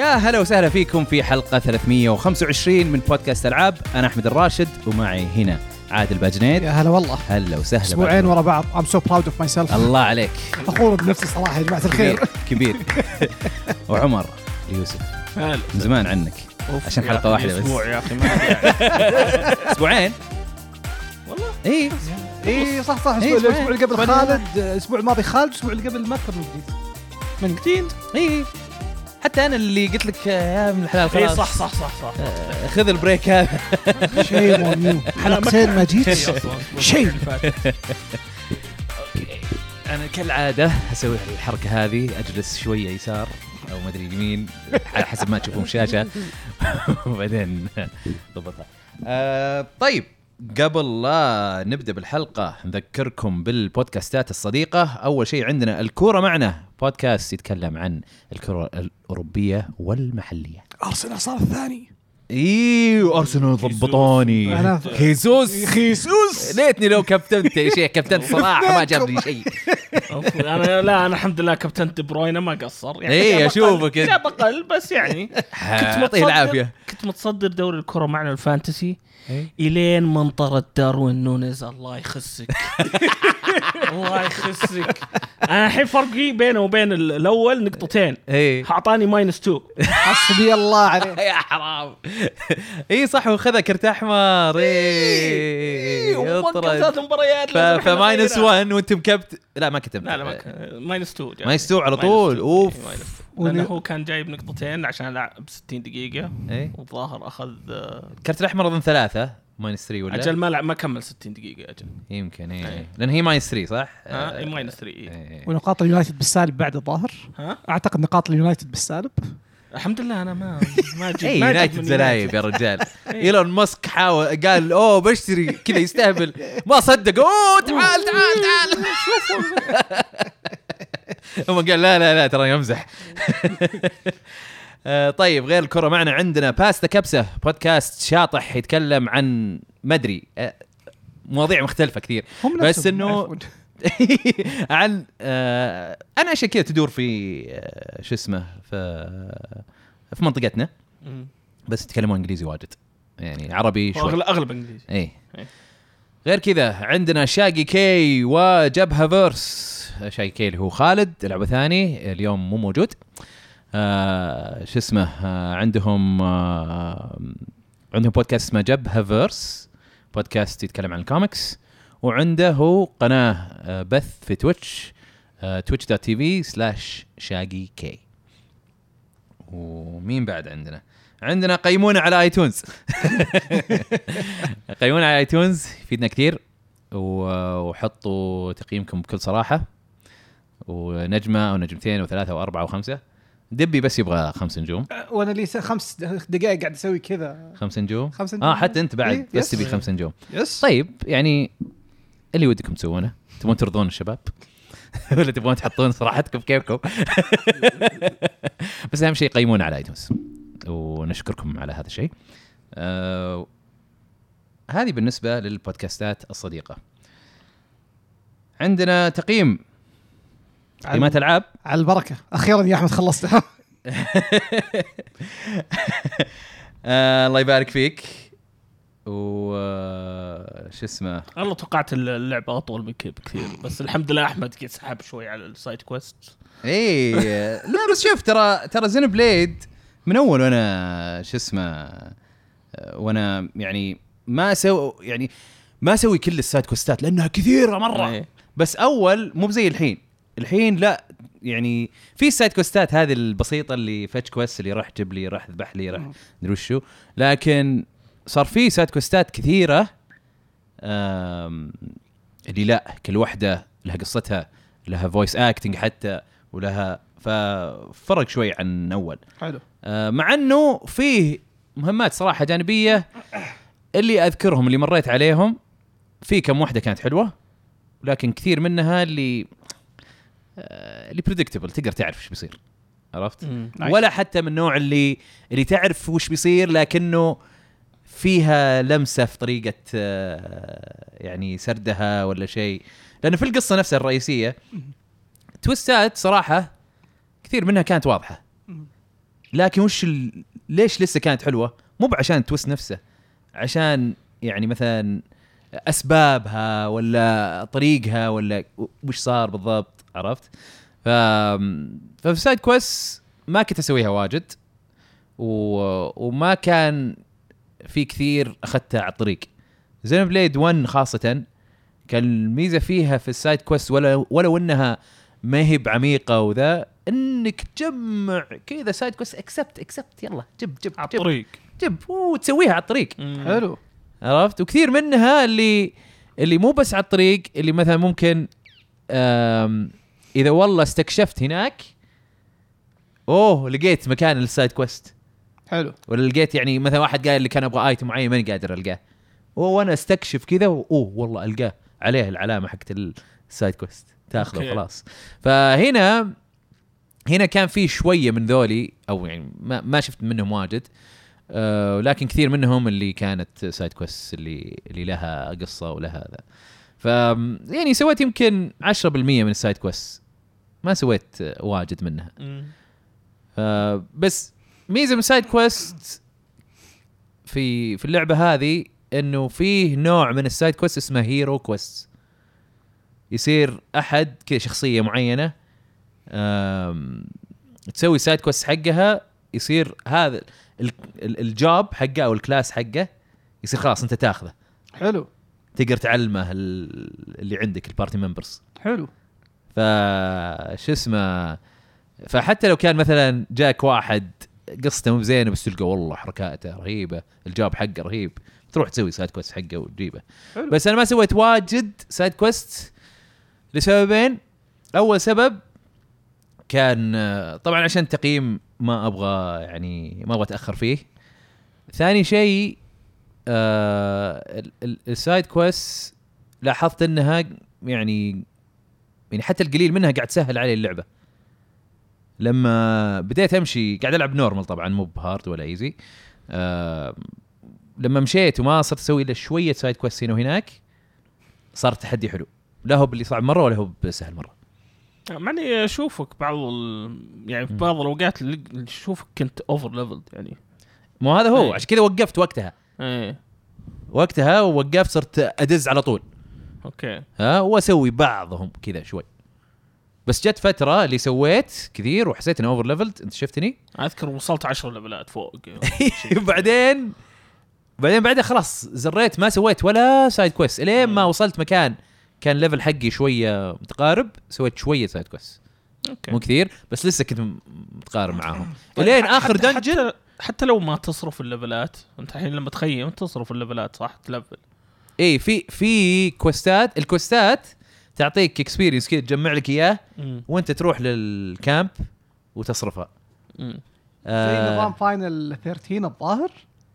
يا هلا وسهلا فيكم في حلقة 325 من بودكاست ألعاب. أنا أحمد الراشد ومعي هنا عادل باجنيد. يا هلا والله. هلا وسهلا. أسبوعين ورا بعض. I'm so proud of myself. الله عليك. فخور بنفسي صراحة يا جماعة الخير. كبير. وعمر يوسف. هلا. من زمان عنك. عشان حلقة واحدة بس. أسبوع يا أخي ما أسبوعين. والله. إيه صح الأسبوع اللي قبل خالد، الأسبوع الماضي خالد، الأسبوع اللي قبل ما كان من جديد. إيه. حتى أنا اللي قلت لك يا من الحلال خلاص. إيه صح. خذ البريك هذا. شيء مو حلقتين ما جيت. شيء. أنا كالعادة أسوي الحركة هذه، أجلس شوية يسار أو ما أدري يمين على حسب ما تشوفون الشاشة وبعدين ضبطها. طيب قبل لا نبدأ بالحلقة نذكركم بالبودكاستات الصديقة. أول شيء عندنا الكورة معنا، بودكاست يتكلم عن الكرة الأوروبية والمحلية. أرسنال صار الثاني. أرسنال ضبطوني. خيسوس ليتني لو كابتنت يا شيخ. كابتن صراحة ما جاب لي شيء. أنا الحمد لله كابتن دي بروين ما قصر يعني. إيه أشوفك جاب أقل بس يعني. كنت متصدر دوري الكرة معنا الفانتسي إلين منطرة داروين نونيز. الله يخسك. الله يخسك. أنا الحين فرقي بينه وبين الأول نقطتين. حاعطاني -2. حسبي الله عليه. يا حرام. إيه صح وخذ كرت أحمر. وقف 3 مباريات. -1 وأنتم كبت. لا ما كتبت. لا -2. -2 على طول. أوف. لأنه هو كان جايب نقطتين عشان لعب 60 دقيقة. والظاهر أخذ كرت الأحمر أظن 3 -3 ولا أجل ما كمل 60 دقيقة أجل. يمكن لأن هي -3 صح؟ -3. ونقاط اليونايتد بالسالب بعد الظاهر. أعتقد نقاط اليونايتد بالسالب. الحمد لله أنا ما جيت. يونايتد زلايب يا رجال. إيلون ماسك حاول قال بشتري كذا يستهبل ما صدق. تعال هم قال لا ترى يمزح. طيب غير الكرة معنا عندنا باستا كبسة، بودكاست شاطح يتكلم عن مدري مواضيع مختلفة كثير بس انه عن انا اشياء كذا تدور في شو اسمه في منطقتنا بس يتكلمون انجليزي واجد يعني عربي شوي اغلب انجليزي. اي غير كذا عندنا شاقي كي وجبهة فيرس. شاقي كي اللي هو خالد لعبة ثاني اليوم مو موجود. شو اسمه عندهم بودكاست اسمه جبهة فيرس، بودكاست يتكلم عن الكوميكس، وعنده هو قناة بث في تويتش twitch.tv/shaggyk. ومين بعد عندنا قيمونا على ايتونز. قيمونا على ايتونز يفيدنا كثير، وحطوا تقييمكم بكل صراحة، ونجمة أو نجمتين وثلاثة وأربعة وخمسة. دبي بس يبغى 5 نجوم، وانا لي 5 دقائق قاعد اسوي كذا 5 نجوم. حتى انت بعد بس تبي 5 نجوم. طيب يعني اللي ودكم تسوونه، تبون ترضون الشباب ولا تبون تحطون صراحتكم كيفكم؟ بس اهم شيء قيمونا على ايتونز ونشكركم على هذا الشيء. هذه بالنسبة للبودكاستات الصديقة. عندنا تقييمات العاب على البركة. أخيرا يا أحمد خلصتها. الله يبارك فيك. وش اسمه والله توقعت اللعبة أطول من كذا بكثير، بس الحمد لله أحمد قد سحب شوي على السايد كويست. لا بس شوف ترى زين بليد من أول وأنا شو اسمه وأنا يعني ما أسوي كل السايد كوستات لأنها كثيرة مرة. بس أول مو بزي الحين لا يعني في السايد كوستات هذه البسيطة اللي فتش كويست اللي راح جيب لي راح ذبح لي راح ندري وشو، لكن صار في سايد كوستات كثيرة اللي لا كل واحدة لها قصتها، لها فويس اكتنج حتى، ولها ففرق شوي عن أول. حلو. مع أنه فيه مهمات صراحة جانبية اللي أذكرهم اللي مريت عليهم في كم واحدة كانت حلوة، لكن كثير منها اللي predictable تقدر تعرف وش بيصير، عرفت؟ ولا حتى من نوع اللي تعرف وش بيصير لكنه فيها لمسة في طريقة يعني سردها ولا شيء، لأنه في القصة نفسها الرئيسية تويستات صراحة كثير منها كانت واضحة لكن ليش لسه كانت حلوه؟ مو عشان التويست نفسه، عشان يعني مثلا اسبابها ولا طريقها ولا وش صار بالضبط، عرفت؟ ففي سايد كويست ما كنت اسويها واجد وما كان في كثير اخذتها على الطريق. زينوبليد 1 خاصه كان الميزه فيها في السايد كويست ولو انها ما هي بعميقه وذا، انك تجمع كذا سايد كويست اكسبت يلا جب على الطريق وتسويها على الطريق. حلو، عرفت؟ وكثير منها اللي مو بس على الطريق، اللي مثلا ممكن اذا والله استكشفت هناك لقيت مكان للسايد كويست حلو، ولا لقيت يعني مثلا واحد قال لي كان ابغى ايتم معين ماني قادر القاه، وانا استكشف كذا والله القاه عليه العلامه حقت السايد كويست تاخذه وخلاص. فهنا كان في شويه من ذولي، او يعني ما شفت منهم واجد، لكن كثير منهم اللي كانت سايد كويست اللي لها قصه ولها هذا. ف يعني سويت يمكن 10% من السايد كويست، ما سويت واجد منها. بس ميزه من السايد كويست في اللعبه هذه انه فيه نوع من السايد كويست اسمه هيرو كويست. يصير احد كذا شخصيه معينه تسوي سايد كويست حقها، يصير هذا الجوب حقه او الكلاس حقه يصير خلاص انت تاخذه. حلو، تقدر تعلمه اللي عندك البارتي ممبرز. حلو. فش اسمه، فحتى لو كان مثلا جاك واحد قصته مو زينه بس تلقى والله حركاته رهيبه، الجواب حقه رهيب، تروح تسوي سايد كويست حقه وتجيبه. بس انا ما سويت واجد سايد كويست لسببين. اول سبب كان طبعا عشان تقييم ما ابغى اتاخر فيه. ثاني شيء السايد كويست لاحظت انها يعني حتى القليل منها قاعد تسهل علي اللعبه. لما بديت امشي قاعد العب نورمال طبعا مو بهارد ولا ايزي، لما مشيت وما صرت اسوي الا شويه سايد كويست هنا وهناك صار تحدي حلو، لا هو باللي صعب مره ولا هو بسهل مره. معني اشوفك يعني في بعض الاوقات اللي اشوفك كنت اوفر ليفلد يعني. مو هذا هو عشان كذا وقفت وقتها. وقتها ووقفت صرت ادز على طول. اوكي واسوي بعضهم كذا شوي. بس جت فتره اللي سويت كثير وحسيت اني اوفر ليفلد. انت شفتني اذكر وصلت 10 ليفلات فوق. بعدين بعدها خلاص زريت ما سويت ولا سايد كويست الين ما وصلت مكان كان ليفل حقي شويه متقارب، سويت شويه سايد كويست. مو كثير بس لسه كنت متقارب معاهم الين اخر دنجن. حتى لو ما تصرف الليفلات انت الحين لما تخيم تصرف الليفلات صح تلفل. اي في كويستات، الكويستات تعطيك اكسبيرينس كذا تجمع لك اياه وانت تروح للكامب وتصرفها. زي نظام فاينل 13 الظاهر.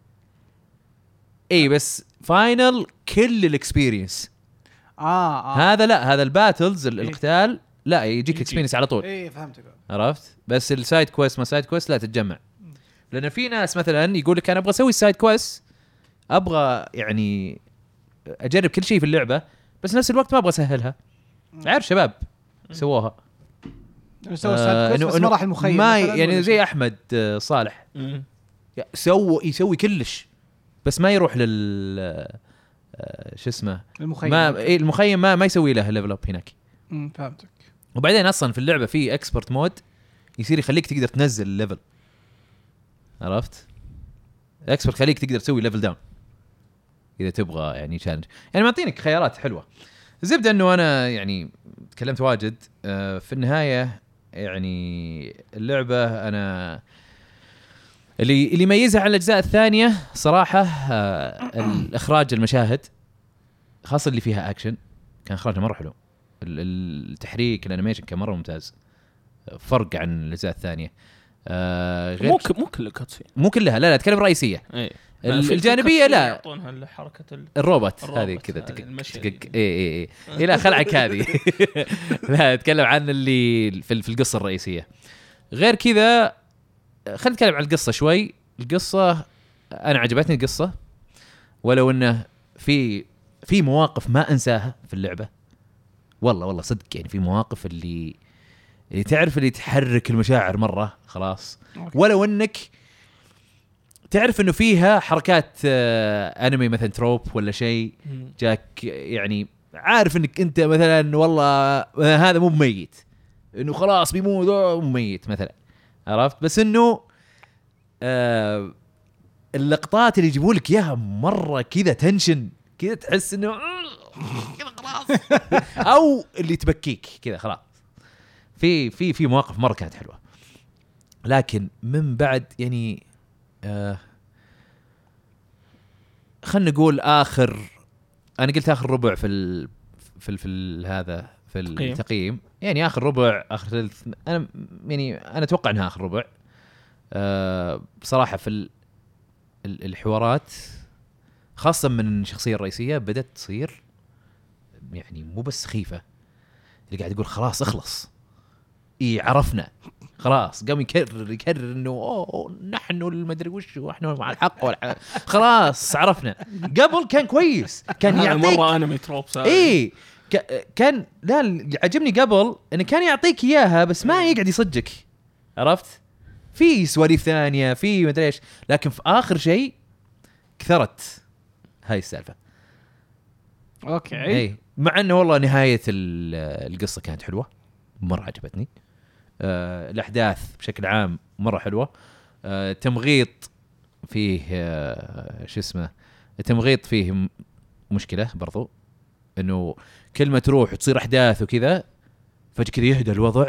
اي بس فاينل كل الاكسبيرينس. هذا لا، هذا الباتلز القتال لا يجيك اكسبيرينس على طول. اي فهمتك. عرفت؟ بس السايد كويست ما سايد كويست لا تتجمع. لان في ناس مثلا يقول لك انا ابغى اسوي السايد كويست، ابغى يعني اجرب كل شيء في اللعبه بس نفس الوقت ما ابغى اسهلها. عارف شباب سووها سووا السايد كويست بس ما راح المخيم ما يعني زي احمد صالح يسوي كلش بس ما يروح لل شو اسمه المخيم. المخيم ما يسوي له ليفل اب هناك. فهمتك. وبعدين اصلا في اللعبه في اكسبرت مود يصير يخليك تقدر تنزل الليفل. عرفت؟ اكسبرت خليك تقدر تسوي ليفل داون اذا تبغى يعني تشالنج، يعني معطينك خيارات حلوه. الزبده انه انا يعني تكلمت واجد. في النهايه يعني اللعبه انا اللي يميزها عن الاجزاء الثانيه صراحه الاخراج، المشاهد خاصه اللي فيها اكشن كان اخراجها مره حلو. التحريك الانيميشن كان مره ممتاز، فرق عن الاجزاء الثانيه. غير مو كل كاتسين، مو كلها لا اتكلم رئيسيه. الجانبيه لا يعطونها حركه الروبوت هذه كذا اي لا خلعك هذه. لا اتكلم عن اللي في القصه الرئيسيه. غير كذا خلينا نتكلم عن القصه شوي. القصه انا عجبتني القصه، ولو انه في مواقف ما انساها في اللعبه. والله صدق يعني في مواقف اللي اللي تعرف اللي تحرك المشاعر مرة خلاص. ولو انك تعرف انه فيها حركات انمي مثلا تروب ولا شيء جاك، يعني عارف انك انت مثلا والله هذا مو ميت، انه خلاص بيموت مو ميت مثلا، عرفت؟ بس انه اللقطات اللي يجيبوا لك اياها مره كذا تنشن كذا، تحس انه كذا خلاص او اللي تبكيك كذا خلاص. في مواقف مره كانت حلوه، لكن من بعد يعني خلنا نقول اخر، انا قلت اخر ربع في هذا في التقييم، يعني اخر ربع اخر ثلث، انا يعني انا اتوقع انها اخر ربع. بصراحه في الحوارات خاصه من الشخصيه الرئيسيه بدت تصير يعني مو بس سخيفه، اللي قاعد يقول خلاص اخلص عرفنا خلاص، قام يكرر انه اوه نحن المدري وش ونحن مع الحق خلاص عرفنا. قبل كان كويس، كان يعطيك مره انمي تروب كان لا اللي عجبني قبل انه كان يعطيك اياها بس ما يقعد يصدقك، عرفت؟ في سواليف ثانيه في مدري ايش، لكن في اخر شيء كثرت هاي السالفه. اوكي مع انه والله نهايه القصه كانت حلوه مره عجبتني. الأحداث بشكل عام مرة حلوة. تمغيط فيه شو اسمه، التمغيط فيه مشكلة برضو، إنه كل ما تروح وتصير أحداث وكذا فجأة كذا يهدى الوضع،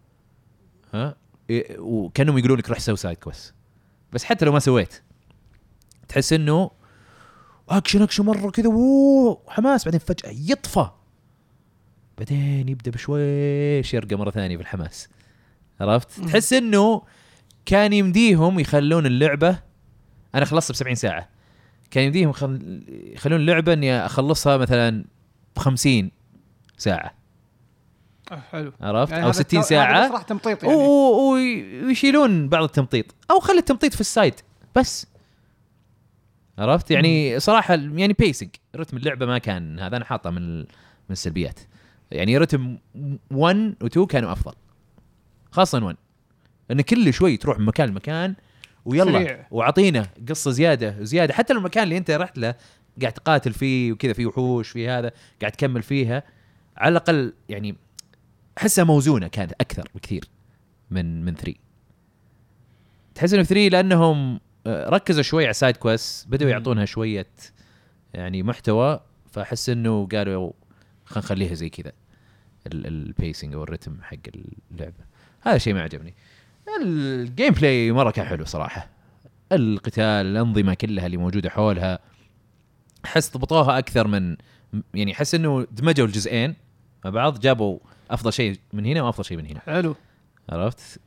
وكانوا يقولون لك روح سوي سايد كويست، بس حتى لو ما سويت تحس إنه أكشن مرة كذا وحماس، بعدين فجأة يطفى، بعدين يبدأ بشويش يرقى مرة ثانية في الحماس، عرفت؟ تحس إنه كان يمديهم يخلون اللعبة، أنا خلصت ب70 ساعة، كان يمديهم يخلون اللعبة إني أخلصها مثلا ب50 ساعة، حلو، عرفت؟ يعني أو 60 ساعة، راح تمطيط يعني، ويشيلون بعض التمطيط أو خلي التمطيط في السايد بس، عرفت؟ يعني صراحة يعني بيسنج رتم اللعبة ما كان هذا، أنا حاطه من السلبيات، يعني رتم 1 و 2 كانوا أفضل، خاصة 1 لأن كل شوي تروح من مكان لمكان ويلا سريع. وعطينا قصة زيادة، حتى المكان اللي أنت رحت له قاعد تقاتل فيه وكذا، فيه وحوش فيه هذا قاعد تكمل فيها، على الأقل يعني أحسها موزونة كانت أكثر بكثير من 3. تحس إنه 3 لأنهم ركزوا شوي على سايد كويست، بدأوا يعطونها شوية يعني محتوى، فأحس إنه قالوا خلينا نخليها زي كذا البيسنج او الرتم حق اللعبه، هذا شيء ما عجبني. الجيم بلاي مره كان حلو صراحه، القتال، الانظمه كلها اللي موجوده حولها، حس ضبطوها اكثر من يعني، حس انه دمجوا الجزئين مع بعض، جابوا افضل شيء من هنا وافضل شيء من هنا، حلو، عرفت؟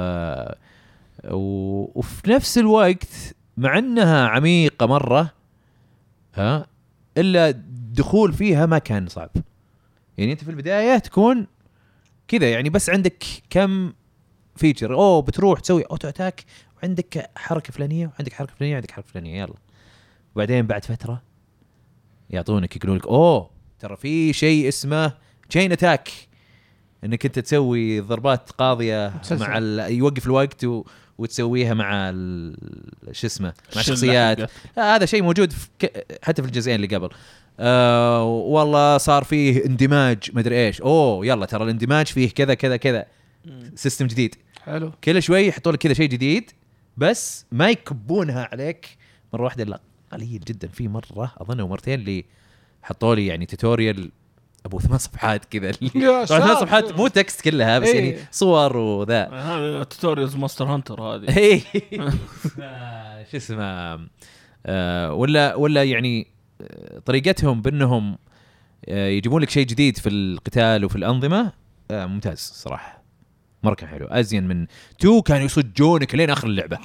وفي نفس الوقت مع انها عميقه مره الا الدخول فيها ما كان صعب، يعني انت في البدايه تكون كذا يعني بس عندك كم فيتشر، بتروح تسوي اوتو اتاك وعندك حركه فلانيه وعندك حركه فلانيه وعندك حركه فلانيه، يلا. وبعدين بعد فتره يعطونك يقولون لك ترى في شيء اسمه تشين اتاك، انك انت تسوي ضربات قاضيه مع يوقف الوقت وتسويها مع شو اسمه مع شخصيات، هذا شيء موجود حتى في الجزئين اللي قبل. والله صار فيه اندماج مدري ايش، يلا ترى الاندماج فيه كذا كذا كذا، سيستم جديد. حلو، كل شوي يحطوا لك كذا شيء جديد، بس ما يكبونها عليك مره واحده، لا قليل جدا. في مره اظن ومرتين اللي حطوا لي يعني توتوريال ابو 8 صفحات كذا، 8 صفحات مو تكست كلها بس يعني صور وذا، هذا توتوريالز ماستر هانتر هذه شو اسمه ولا يعني طريقتهم بأنهم يجيبون لك شيء جديد في القتال وفي الأنظمة، ممتاز صراحة، مرة كان حلو، أزين من 2 كانوا يصجونك لين آخر اللعبة.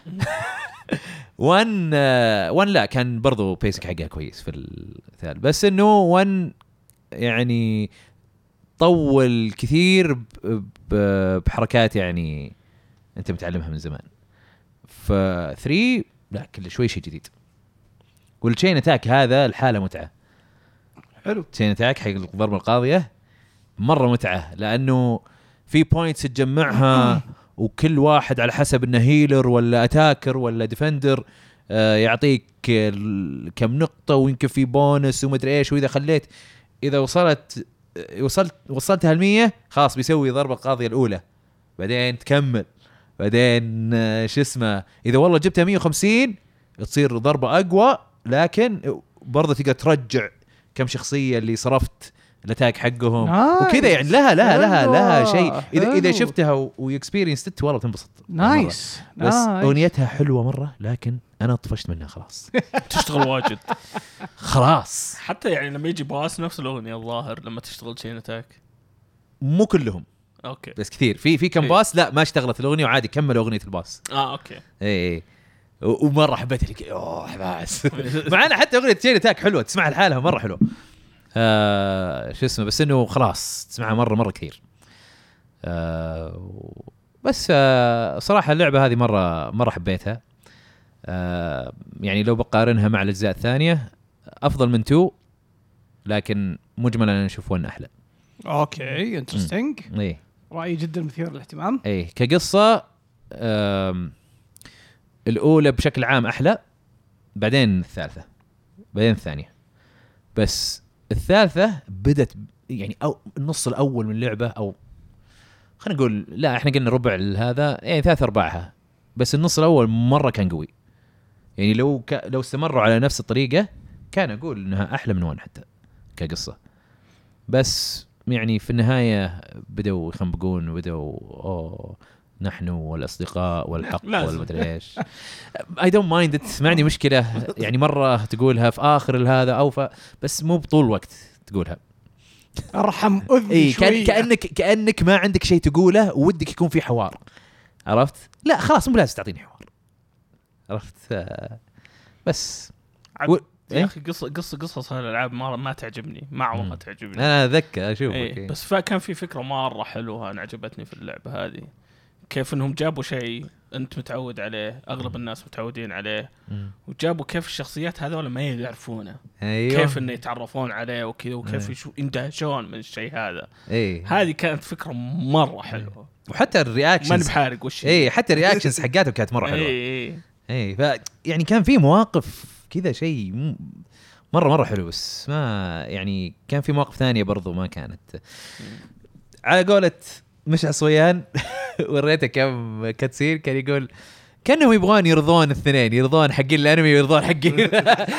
1 لا كان برضو بيسك حقها كويس في القتال، بس إنه 1 يعني طول كثير بحركات يعني أنت متعلمها من زمان. ف 3 لا كل شوي شيء جديد، والتشين اتاك هذا الحالة متعة. حلو، تشين اتاك حق الضربة القاضية مرة متعة، لأنه في بوينتس تجمعها وكل واحد على حسب انه هيلر ولا اتاكر ولا ديفندر يعطيك كم نقطة ويمكن في بونس ومدري ايش. واذا خليت اذا وصلتها 100 خلاص بيسوي ضربة القاضية الاولى بعدين تكمل بعدين شو اسمه اذا والله جبتها 150 تصير ضربة اقوى لكن برضه تقدر ترجع كم شخصية اللي صرفت الاتاك حقهم وكذا يعني لها شيء اذا شفتها ويكسبيرينس والله تنبسط. نايس بس اغنيتها حلوه مره لكن انا طفشت منها خلاص. تشتغل واجد خلاص. حتى يعني لما يجي باس نفس الاغنيه الظاهر لما تشتغل تشين اتاك مو كلهم اوكي بس كثير في كم باس لا ما اشتغلت الاغنيه وعادي كملوا اغنيه الباس. اوكي اي ومره حبيت لك حماس معنا حتى اغنيه تشين اتاك حلوه تسمعها لحالها مره حلوه. شو اسمه بس انه خلاص تسمعها مره كثير. بس صراحه اللعبه هذه مره حبيتها. يعني لو بقارنها مع الاجزاء الثانيه افضل من 2 لكن مجملا انا اشوف 1 احلى. اوكي انترستينج. ايه رايي جدا مثير للاهتمام. ايه كقصه الاولى بشكل عام احلى بعدين الثالثه بعدين الثانيه بس الثالثة بدت يعني أو النص الأول من اللعبة أو خلينا نقول لا إحنا قلنا ربع هذا يعني 3/4 بس النص الأول مرة كان قوي يعني لو استمروا على نفس الطريقة كان أقول إنها أحلى من 1 حتى كقصة. بس يعني في النهاية بدوا يخنبقون وبدوا نحن والأصدقاء والحق والمدري إيش. I don't mind it ما عندي مشكلة يعني مرة تقولها في آخر هذا أو بس مو بطول الوقت تقولها. أرحم أذني شوية كأنك ما عندك شيء تقوله ودك يكون في حوار عرفت. لا خلاص مو لازم تعطيني حوار عرفت. بس يا أخي قصص هالألعاب ما تعجبني ما تعجبني. أنا أذكر أشوفك بس كان في فكرة مرة حلوة أنا عجبتني في اللعبة هذه كيف انهم جابوا شيء انت متعود عليه اغلب الناس متعودين عليه وجابوا كيف الشخصيات هذول ما يعرفونه. أيوه. كيف انه يتعرفون عليه وكذا وكيف يندهشون من الشيء هذا. هذه كانت فكرة مرة حلوة. وحتى الرياكشنز ما بحارق وش حتى الرياكشنز حقاتهم كانت مرة حلوة. يعني كان في مواقف كذا شيء مرة حلو بس ما يعني كان في مواقف ثانية برضو ما كانت على قولة مش عصويان. وريته كم كاتسين كان يقول كانهم يبغون يرضون الاثنين يرضون حقين الانمي ويرضون حقين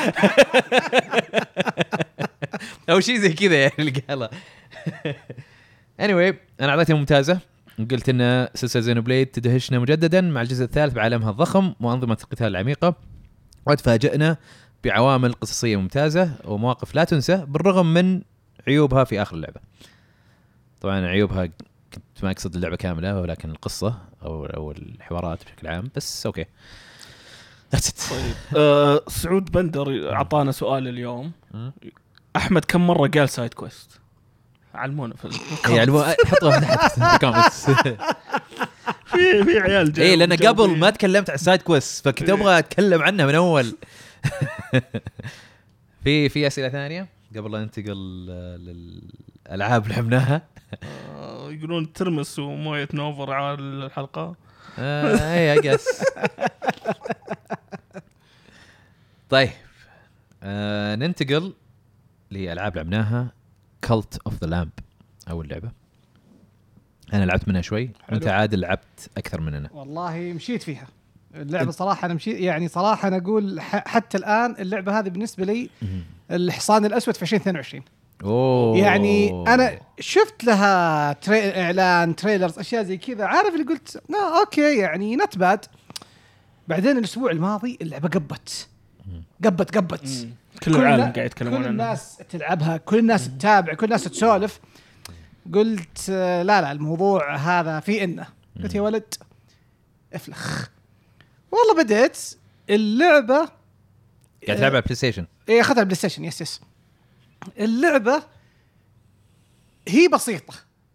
او شيء زي كذا يعني اللي قاله. anyway انا اعطيتها ممتازه قلت ان سلسله زينوبليد تدهشنا مجددا مع الجزء الثالث بعالمها الضخم وانظمه القتال العميقه وتفاجئنا بعوامل قصصيه ممتازه ومواقف لا تنسى بالرغم من عيوبها في اخر اللعبه. طبعا عيوبها كنت ما أقصد اللعبة كاملة ولكن القصة أو الحوارات بشكل عام بس أوكي. طيب سعود بندر عطانا سؤال اليوم. أحمد كم مرة قال سايد كويست؟ علمونا في حطوها تحت الكومنتس. في عيال جاي لأن قبل ما تكلمت عن سايد كويست فكنت أبغى أتكلم عنها من أول. في أسئلة ثانية قبل أن ننتقل للألعاب اللي لعبناها. يقولون ترمس وموية نوفر على الحلقة. اي اجس. طيب ننتقل لألعاب لعبناها. Cult of the Lamp أول لعبة أنا لعبت منها شوي. أنت عادل لعبت أكثر مننا. والله مشيت فيها اللعبة صراحة. أنا مشيت يعني صراحة أنا أقول حتى الآن اللعبة هذه بالنسبة لي الحصان الأسود في 2022. يعني أنا شفت لها إعلان تريلرز أشياء زي كذا عارف اللي قلت أوكي يعني نتبات. بعدين الأسبوع الماضي اللعبة قبت كل العالم قاعد يتكلمون عنها كل الناس تلعبها كل الناس تتابع كل الناس تسولف. قلت لا الموضوع هذا في إنه قلت يا ولد افلخ. والله بديت اللعبة قاعد تلعب على بلاي ستيشن. إيه أخذها بلاي ستيشن يس. اللعبة هي بسيطة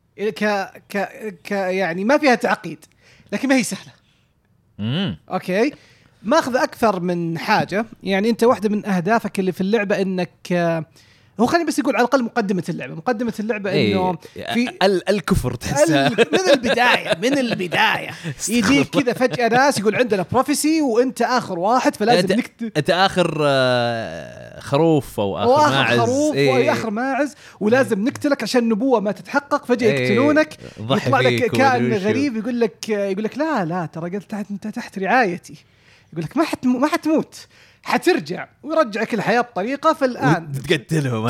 يعني ما فيها تعقيد لكن ما هي سهلة. أوكي ما أخذ أكثر من حاجة. يعني أنت واحدة من أهدافك اللي في اللعبة إنك هو خليني بس يقول على الأقل مقدمة اللعبة إنه في الكفر تحسها من البداية يجيك كذا فجأة ناس يقول عندنا بروفيسي وأنت آخر واحد فلازم أنت آخر خروف أو آخر ماعز خروف أو آخر ماعز ولازم نقتلك عشان النبوة ما تتحقق. فجأة يقتلونك يطلع لك كائن غريب يقول لك لا ترى قلت أنت تحت رعايتي. يقول لك ما حتموت حترجع ويرجعك الحياة بطريقة. فالآن تقتلهم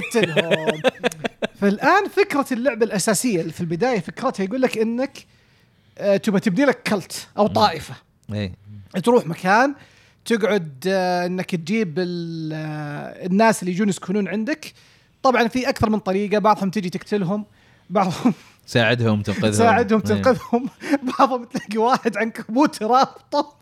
فالآن فكرة اللعبة الأساسية في البداية فكرتها يقول لك إنك تبى تبني لك كلت أو طائفة. تروح مكان تقعد إنك تجيب الناس اللي يجون يسكنون عندك. طبعا في أكثر من طريقة، بعضهم تجي تقتلهم، بعضهم ساعدهم تنقذهم بعضهم تلاقي واحد عنكبوت رابطه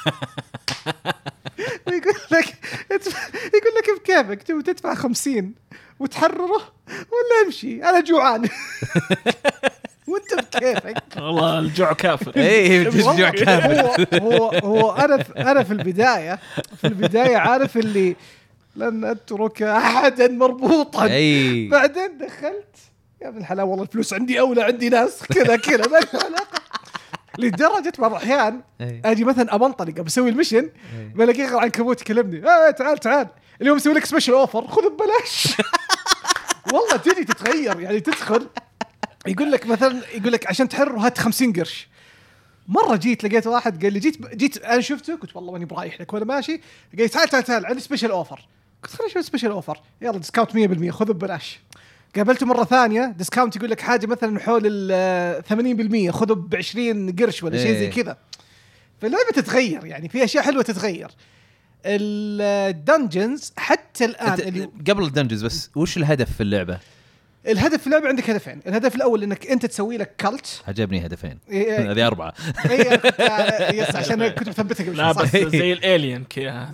يقول لك بكيفك تبي تدفع 50 وتحرره ولا امشي انا جوعان وانت بكيفك. والله الجوع كافر. الجوع كافر. هو انا في البدايه عارف اللي لن اترك احدا مربوطا. بعدين دخلت يا ابن الحلال والله الفلوس عندي اولى، عندي ناس كذا ما له علاقه. لدرجه بعض الاحيان اجي مثلا ابنطلق بسوي المشن بلاقي غير عنكبوت يكلمني تعال اليوم مسوي لك سبيشل اوفر خذ ببلاش. والله تجي تتغير يعني تدخل يقول لك عشان تحرر هات 50 قرش. مره جيت لقيت واحد قال لي جيت انا شفته قلت والله ماني برايح لك وانا ماشي، قال تعال عندي سبيشل اوفر. قلت خليني اشوف سبيشل اوفر يلا ديسكاونت 100% خذ ببلاش. قابلته مرة ثانية ديسكاونت يقول لك حاجة مثلا حول 80% خذه ب20 قرش ولا شيء زي كذا. فاللعبة تتغير يعني في أشياء حلوة تتغير. الدنجنز حتى الآن قبل الدنجنز بس وش الهدف في اللعبة؟ الهدف في اللعبة عندك هدفين. الهدف الأول إنك أنت تسوي لك كالت. عجبني هدفين هذه 4. يس عشان كنت مثبتها قبل لا بس زي الالين كذا.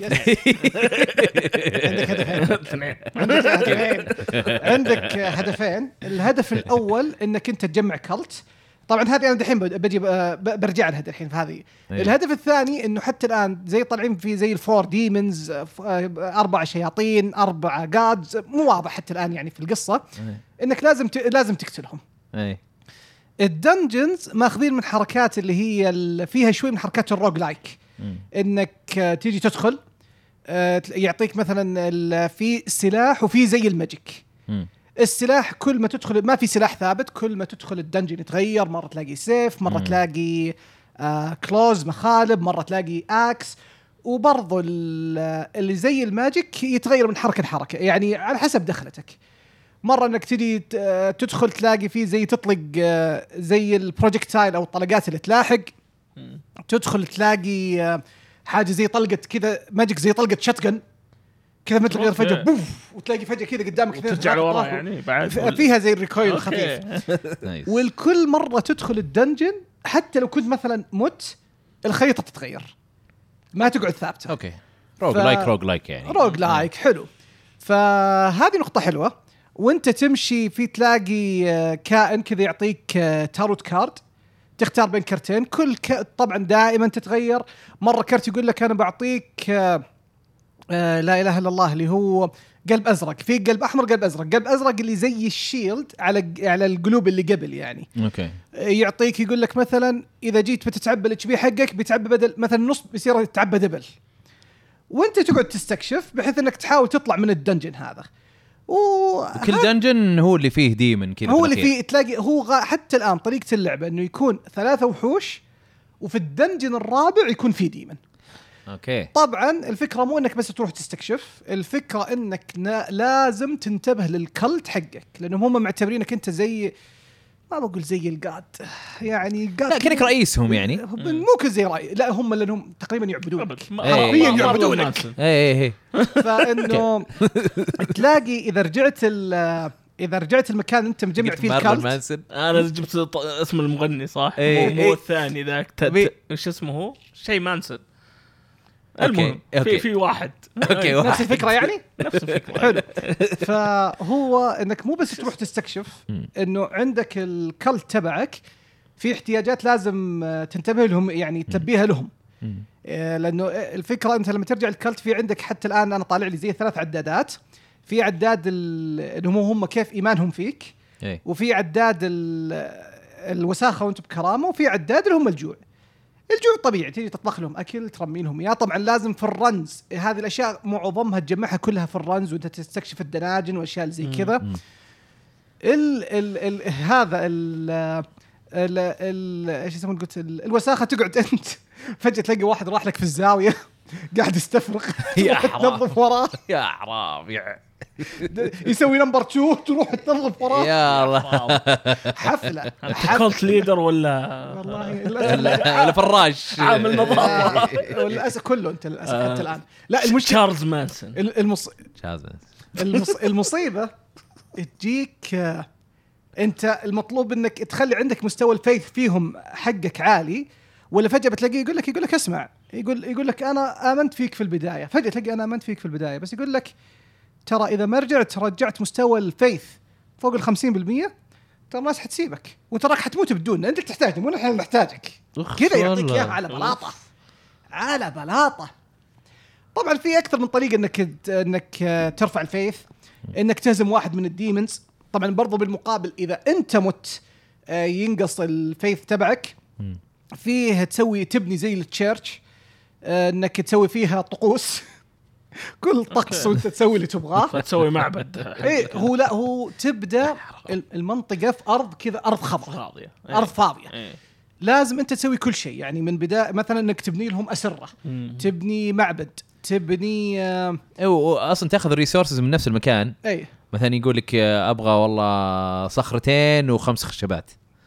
عندك هدفين. الهدف الأول إنك أنت تجمع كالت. طبعا هذه أنا دحين بجي برجع لها الحين في هذه. الهدف الثاني إنه حتى الآن زي طالعين في زي الفور ديمونز 4 شياطين 4 جادز مو واضح حتى الآن يعني في القصة إنك لازم تقتلهم. الدنجنز ماخذين من حركات اللي هي فيها شوي من حركات الروج لايك. إنك تيجي تدخل يعطيك مثلا في سلاح وفي زي الماجيك. السلاح كل ما تدخل ما في سلاح ثابت، كل ما تدخل الدنجن يتغير. مرة تلاقي سيف، مرة تلاقي كلوز مخالب، مرة تلاقي اكس. وبرضو اللي زي الماجيك يتغير من حركة لحركة يعني على حسب دخلتك. مرة انك تجي تدخل تلاقي فيه زي تطلق زي البروجكتايل او الطلقات اللي تلاحق. تدخل تلاقي حاجة زي طلقة كذا ماجيك زي طلقة شاتجن كذا مثل غير فجأة بوف وتلاقي فجأة كذا قدامك ترجع لورا يعني بعد فيها زي الريكويل خفيف. والكل مرة تدخل الدنجن حتى لو كنت مثلا مت الخريطة تتغير ما تقعد ثابتة. اوكي روج لايك يعني روج لايك حلو. فهذه نقطة حلوة. وانت تمشي في تلاقي كائن كذا يعطيك تاروت كارد تختار بين كرتين. كل طبعا دائما تتغير. مرة كرت يقول لك انا بعطيك لا إله إلا الله اللي هو قلب أزرق، في قلب أحمر قلب أزرق. قلب أزرق اللي زي الشيلد على القلوب اللي قبل يعني. أوكي. يعطيك يقول لك مثلا إذا جيت بتتعبى الاتش بي حقك بتعبى بدل مثلا نص بيصير يتعبى دبل. وانت تقعد تستكشف بحيث انك تحاول تطلع من الدنجن هذا. وكل دنجن هو اللي فيه ديمن كذا هو اللي فيه تلاقي حتى الآن طريقة اللعبة انه يكون 3 وحوش وفي الدنجن الرابع يكون فيه ديمن. اوكي. طبعا الفكره مو انك بس تروح تستكشف، الفكره انك لازم تنتبه للكلت حقك لانهم هم معتبرينك انت زي ما بقول زي القاد يعني لا كأنك رئيسهم يعني مو كزي رأي لا هم لانهم تقريبا يعبدونك حرفيا يعبدونك. فانه تلاقي اذا رجعت المكان انت مجمع فيه الكلت. انا جبت اسم المغني صح مو الثاني ذاك ايش اسمه هو شيء مانسون. المهم في واحد اوكي نفس الفكره يعني نفس الفكره حلو. فهو انك مو بس تروح تستكشف انه عندك الكلت تبعك في احتياجات لازم تنتبه لهم يعني تلبيها لهم. لانه الفكره انت لما ترجع الكلت في عندك حتى الان انا طالع لي زي 3 عدادات في عداد انهم هم كيف ايمانهم فيك، إيه. وفي عداد الوساخه وانت بكرامه، وفي عداد اللي هم الجوع طبيعي تيجي تطبخ لهم اكل ترمي لهم اياه. طبعا لازم في الرنز هذه الاشياء معظمها تجمعها كلها في الرنز وانت تستكشف الدناجن واشياء زي كذا. هذا ايش يسمون قلت الوساخه تقعد انت فجاه تلاقي واحد راح لك في الزاويه قاعد يستفرغ يا حرام. تنظف وراه يا حرام يسوي نمبر 2 تروح تنظف وراه. يا الله. حفله كولت ليدر ولا والله ولا فراش عامل نظافه للاسف كله انت للاسف حتى الان. لا المشكله تشارلز مانسون. المصيبه تجيك انت المطلوب انك تخلي عندك مستوى الفيث فيهم حقك عالي، ولا فجاه بتلاقيه يقول لك اسمع، يقول لك انا امنت فيك في البدايه، فجاه تلاقي انا امنت فيك في البدايه بس يقول لك ترى اذا ما رجعت مستوى الفيث فوق ال 50% ترى الناس حتسيبك وتراك حتموت بدوننا، انت تحتاجنا مو نحن نحتاجك. كذا يعطيك اياها على بلاطه على بلاطه. طبعا في اكثر من طريقه انك ترفع الفيث، انك تهزم واحد من الديمونز. طبعا برضو بالمقابل اذا انت مت ينقص الفيث تبعك. فيه تبني زي التشيرش، انك تسوي فيها طقوس كل طقس وانت تسوي اللي تبغاه، تسوي معبد. ايه هو تبدا المنطقه في ارض كذا، ارض خضراء ارض فاضيه. لازم انت تسوي كل شيء، يعني من بدايه مثلا انك تبني لهم اسره، تبني معبد، تبني اصلا تاخذ الريسورسز من نفس المكان. اي مثلا يقول لك ابغى والله صخرتين و5 خشبات،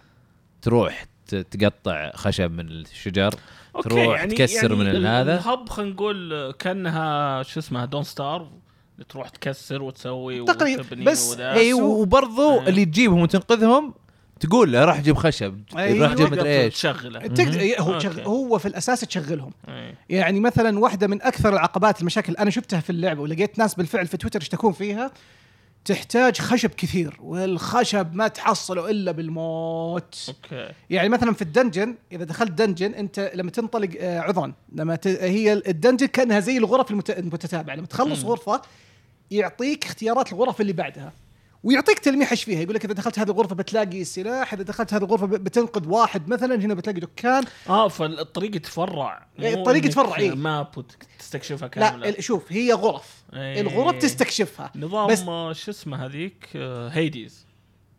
تروح تقطع خشب من الشجر، تروح يعني تكسر يعني من هذا الهب. خلينا نقول كانها شو اسمها دون ستارف، تروح تكسر وتسوي وتبني بس اي. وبرضو اللي تجيبهم وتنقذهم تقول له راح جيب خشب، راح جيب مدري ايش، تشغله. هو في الاساس تشغلهم. يعني مثلا واحدة من اكثر العقبات المشاكل انا شفتها في اللعبه ولقيت ناس بالفعل في تويتر يشتكون فيها، تحتاج خشب كثير والخشب ما تحصله الا بالموت. يعني مثلا في الدنجن، اذا دخلت دنجن انت لما تنطلق عذرا لما هي الدنجن كانها زي الغرف المتتابعه، لما تخلص غرفه يعطيك اختيارات الغرف اللي بعدها ويعطيك تلميحش فيها، يقول لك اذا دخلت هذه الغرفه بتلاقي سلاح، اذا دخلت هذه الغرفه بتنقذ واحد مثلا، هنا بتلاقي دكان. فالطريقه تفرع، الطريقه تفرع ايه ماب تستكشفها كامله. لا شوف هي غرف، الغرف تستكشفها نظام بس شو اسمه هذيك هيديز.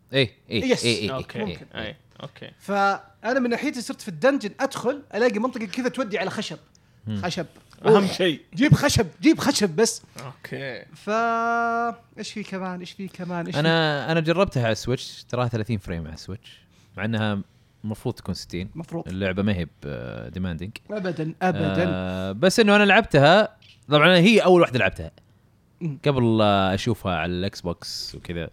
اي اوكي. فانا من ناحيتي صرت في الدنجن ادخل الاقي منطقه كذا تودي على خشب. اهم شيء جيب خشب بس. اوكي. ايش في كمان انا جربتها على السويتش، تراها 30 فريم على السويتش، مع انها المفروض تكون 60. اللعبه ما هي ديماندينج ابدا. بس انه انا لعبتها، طبعا هي اول واحده لعبتها قبل اشوفها على الاكس بوكس وكذا.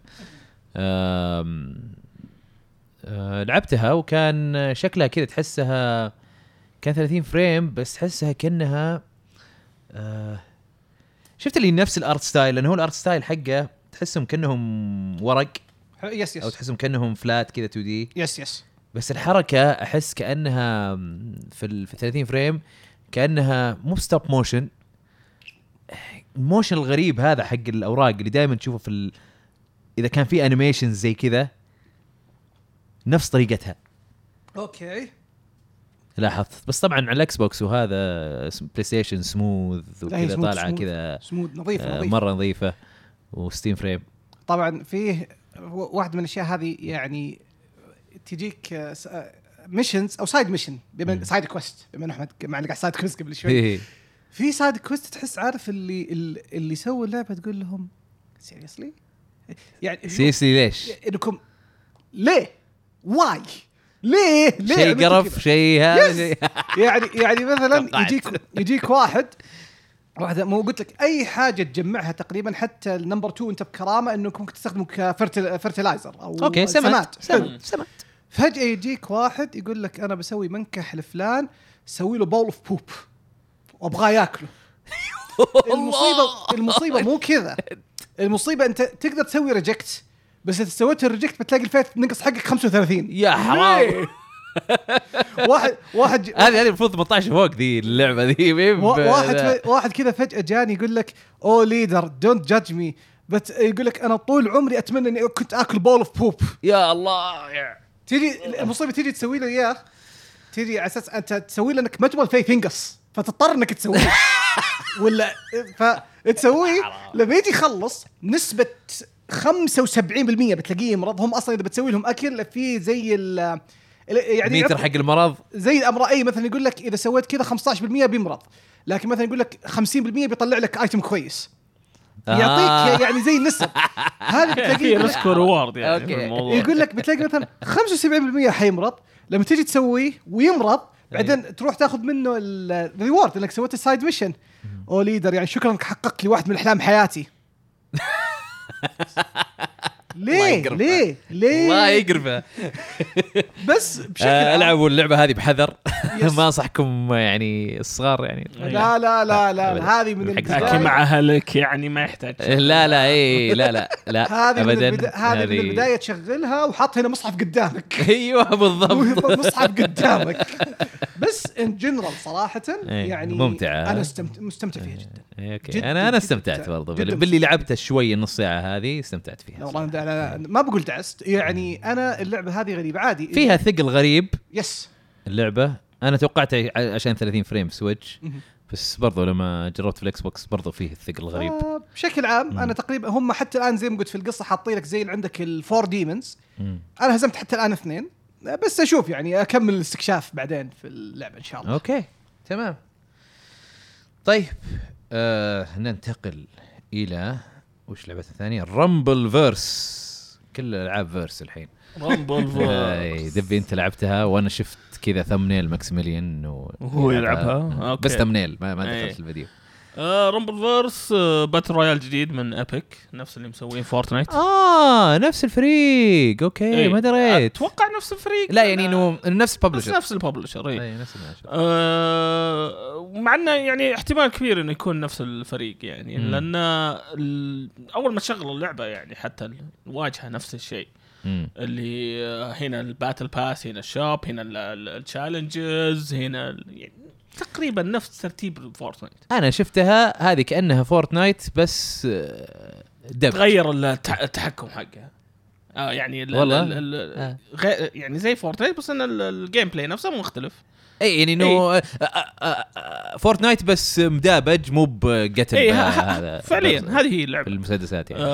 لعبتها وكان شكلها كذا تحسها كان 30 فريم بس تحسها كأنها شفت اللي نفس الارت ستايل، لانه هو الارت ستايل حقه تحسهم كأنهم ورق يس او تحسهم كأنهم فلات كذا 2D. يس بس الحركه احس كأنها في 30 فريم كأنها مو ستوب موشن، الموشن الغريب هذا حق الاوراق اللي دائما تشوفه اذا كان في انيميشنز زي كذا نفس طريقتها. اوكي لاحظت. بس طبعا على الاكس بوكس وهذا بلاي ستيشن سموث وكذا طالعه كذا سموث نظيفه مره نظيفه وستيم فريم. طبعا فيه واحد من الاشياء هذه يعني تجيك ميشنز او سايد ميشن بما سايد كويست، بما احمد معنا قاعد سايد كويست قبل شوي. في سايد كويست تحس عارف اللي سووا اللعبه تقول لهم سيريسلي يعني ليش انكم ليه واي ليه شيء قرف شيء هذا يعني مثلا يجيك واحد مو قلت لك اي حاجه تجمعها تقريبا حتى النمبر 2 انت بكرامه انك ممكن تستخدمه كفرتلايزر او اوكي سمات. فجاه يجيك واحد يقول لك انا بسوي منكح لفلان، سوي له باول اوف بوب وابغى ياكله. المصيبه مو كذا، المصيبه انت تقدر تسوي ريجكت، بس اذا سويت الريجكت بتلاقي الفيت نقص حقك 35. يا حرام. واحد هذه المفروض 18 فوق ذي اللعبه ذي. واحد كذا فجاه جاني يقول لك او ليدر دونت جادج مي يقول لك انا طول عمري اتمنى اني كنت اكل بول اوف بوب. يا الله تيجي المصيبه تيجي تسوي له اياه، تيجي على اساس انت تسوي له انك ما تبغى فيه فينجس فتضطر انك تسويه ولا فتسويه لما يجي يخلص نسبه 75% بتلاقيه مرض. هم اصلا اذا بتسوي لهم اكل في زي يعني ميتر حق المرض زي الامراء. مثلا يقول لك اذا سويت كذا 15% بيمرض، لكن مثلا يقول لك 50% بيطلع لك ايتم كويس. يعطيك يعني زي النسب هذه بتلاقيه ريسك وريورد يعني أوكي. في الموضوع. يقول لك بتلاقي مثلا 75% حيمرض، لما تيجي تسويه ويمرض بعدين تروح تاخذ منه الريورد انك سويت السايد ميشن. او ليدر يعني شكرا انك حققت لي واحد من احلام حياتي. ليه الله يقرفه. بس بشكل عام العبوا اللعبه هذه بحذر. ما انصحكم يعني الصغار يعني. لا هذه من تحكي مع اهلك يعني ما يحتاج. لا اي لا هذه ابدا. هذه من البدايه تشغلها وحط هنا مصحف قدامك. ايوه بالضبط. مصحف قدامك. بس ان جنرال صراحه يعني ممتعه. انا مستمتع فيها جدا. اوكي انا استمتعت برضه باللي لعبته شوي النص ساعه هذه استمتعت فيها. والله انا ما بقول دعست يعني انا اللعبه هذه غريبه عادي فيها ثقل غريب. يس اللعبه انا توقعت عشان 30 فريم سويتش بس برضو لما جربت في الاكس بوكس برضو فيه الثقل الغريب. بشكل عام انا تقريبا هم حتى الان زي ما قلت في القصه حاطين لك زي اللي عندك الفور ديمونز. انا هزمت حتى الان 2 بس اشوف يعني اكمل الاستكشاف بعدين في اللعبه ان شاء الله. اوكي تمام. طيب ننتقل الى وش لعبه ثانيه؟ رامبل فيرس. كل الالعاب فيرس الحين. رامبل فيرس دبي انت لعبتها وانا شفت كذا ثمنيل ماكسيميليان وهو يلعبها بس ثمنيل ما دخلت الفيديو. رامبل فيرس باتل رويال جديد من ابيك نفس اللي مسوين فورتنايت. نفس الفريق. اوكي ما دريت. اتوقع نفس الفريق. لا يعني انه نفس الببلشر. نفس الببلشر اي نفس الناشر. مع انه يعني احتمال كبير انه يكون نفس الفريق يعني لان اول ما تشغل اللعبه يعني حتى الواجهه نفس الشيء. اللي هنا الباتل باس، هنا الشوب، هنا التشالنجز، هنا يعني تقريبا نفس ترتيب فورتنايت. انا شفتها هذه كانها فورتنايت بس تغير التحكم حقها. يعني يعني زي فورتنايت بس ان الجيم بلاي نفسه مختلف. اي يعني انه فورتنايت بس مدابج مو بقتل. هذا فعليا هذه هي اللعبه المسدسات يعني.